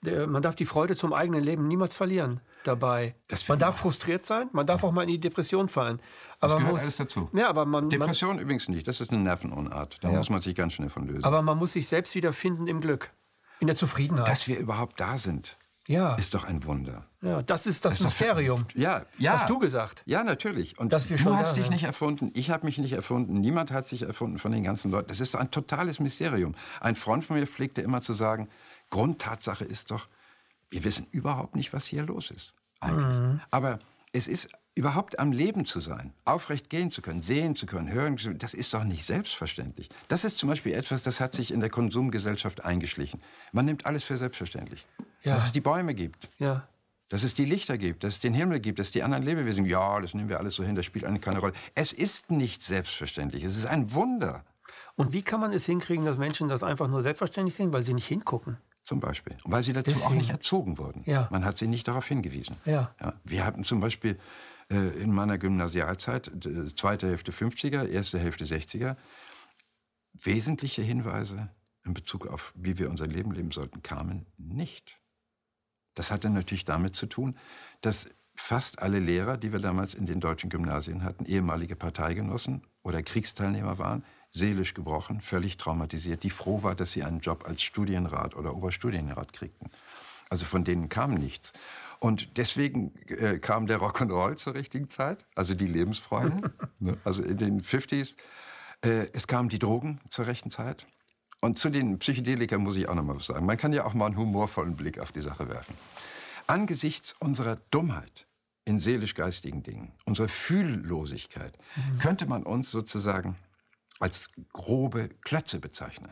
Man darf die Freude zum eigenen Leben niemals verlieren dabei. Man darf frustriert sein, man darf auch mal in die Depression fallen. Aber das gehört alles dazu. Ja, aber Depression übrigens nicht, das ist eine Nervenunart. Da muss man sich ganz schnell von lösen. Aber man muss sich selbst wiederfinden im Glück, in der Zufriedenheit. Dass wir überhaupt da sind, ist doch ein Wunder. Ja, das ist das Mysterium. Ja. Hast du gesagt. Ja, natürlich. Und dass wir schon du hast dich nicht erfunden, ich habe mich nicht erfunden, niemand hat sich erfunden von den ganzen Leuten. Das ist doch ein totales Mysterium. Ein Freund von mir pflegte immer zu sagen, Grundtatsache ist doch, wir wissen überhaupt nicht, was hier los ist. Eigentlich. Aber es ist überhaupt am Leben zu sein, aufrecht gehen zu können, sehen zu können, hören zu können, das ist doch nicht selbstverständlich. Das ist zum Beispiel etwas, das hat sich in der Konsumgesellschaft eingeschlichen. Man nimmt alles für selbstverständlich. Ja. Dass es die Bäume gibt, dass es die Lichter gibt, dass es den Himmel gibt, dass es die anderen Lebewesen gibt. Ja, das nehmen wir alles so hin, das spielt eigentlich keine Rolle. Es ist nicht selbstverständlich, es ist ein Wunder. Und wie kann man es hinkriegen, dass Menschen das einfach nur selbstverständlich sehen, weil sie nicht hingucken? Zum Beispiel. Und weil sie dazu auch nicht erzogen wurden. Ja. Man hat sie nicht darauf hingewiesen. Ja. Ja. Wir hatten zum Beispiel in meiner Gymnasialzeit, zweite Hälfte 50er, erste Hälfte 60er, wesentliche Hinweise in Bezug auf, wie wir unser Leben leben sollten, kamen nicht. Das hatte natürlich damit zu tun, dass fast alle Lehrer, die wir damals in den deutschen Gymnasien hatten, ehemalige Parteigenossen oder Kriegsteilnehmer waren, seelisch gebrochen, völlig traumatisiert, die froh war, dass sie einen Job als Studienrat oder Oberstudienrat kriegten. Also von denen kam nichts. Und deswegen kam der Rock'n'Roll zur richtigen Zeit, also die Lebensfreude, also in den 50s. Es kamen die Drogen zur rechten Zeit. Und zu den Psychedelikern muss ich auch noch mal was sagen. Man kann ja auch mal einen humorvollen Blick auf die Sache werfen. Angesichts unserer Dummheit in seelisch-geistigen Dingen, unserer Fühllosigkeit, könnte man uns sozusagen als grobe Klötze bezeichnen.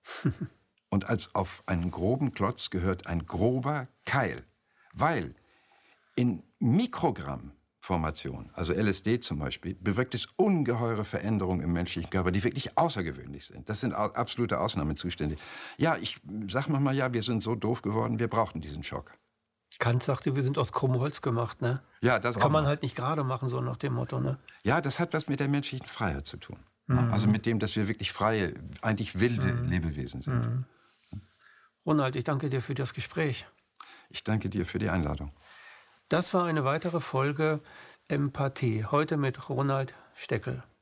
Und als auf einen groben Klotz gehört ein grober Keil. Weil in Mikrogrammformation, also LSD zum Beispiel, bewirkt es ungeheure Veränderungen im menschlichen Körper, die wirklich außergewöhnlich sind. Das sind absolute Ausnahmezustände. Ja, ich sag manchmal, ja, wir sind so doof geworden, wir brauchten diesen Schock. Kant sagte, wir sind aus krummem Holz gemacht, ne? Ja, das kann man halt nicht gerade machen, so nach dem Motto, ne? Ja, das hat was mit der menschlichen Freiheit zu tun. Also mit dem, dass wir wirklich freie, eigentlich wilde Lebewesen sind. Ronald, ich danke dir für das Gespräch. Ich danke dir für die Einladung. Das war eine weitere Folge Empathie, heute mit Ronald Steckel.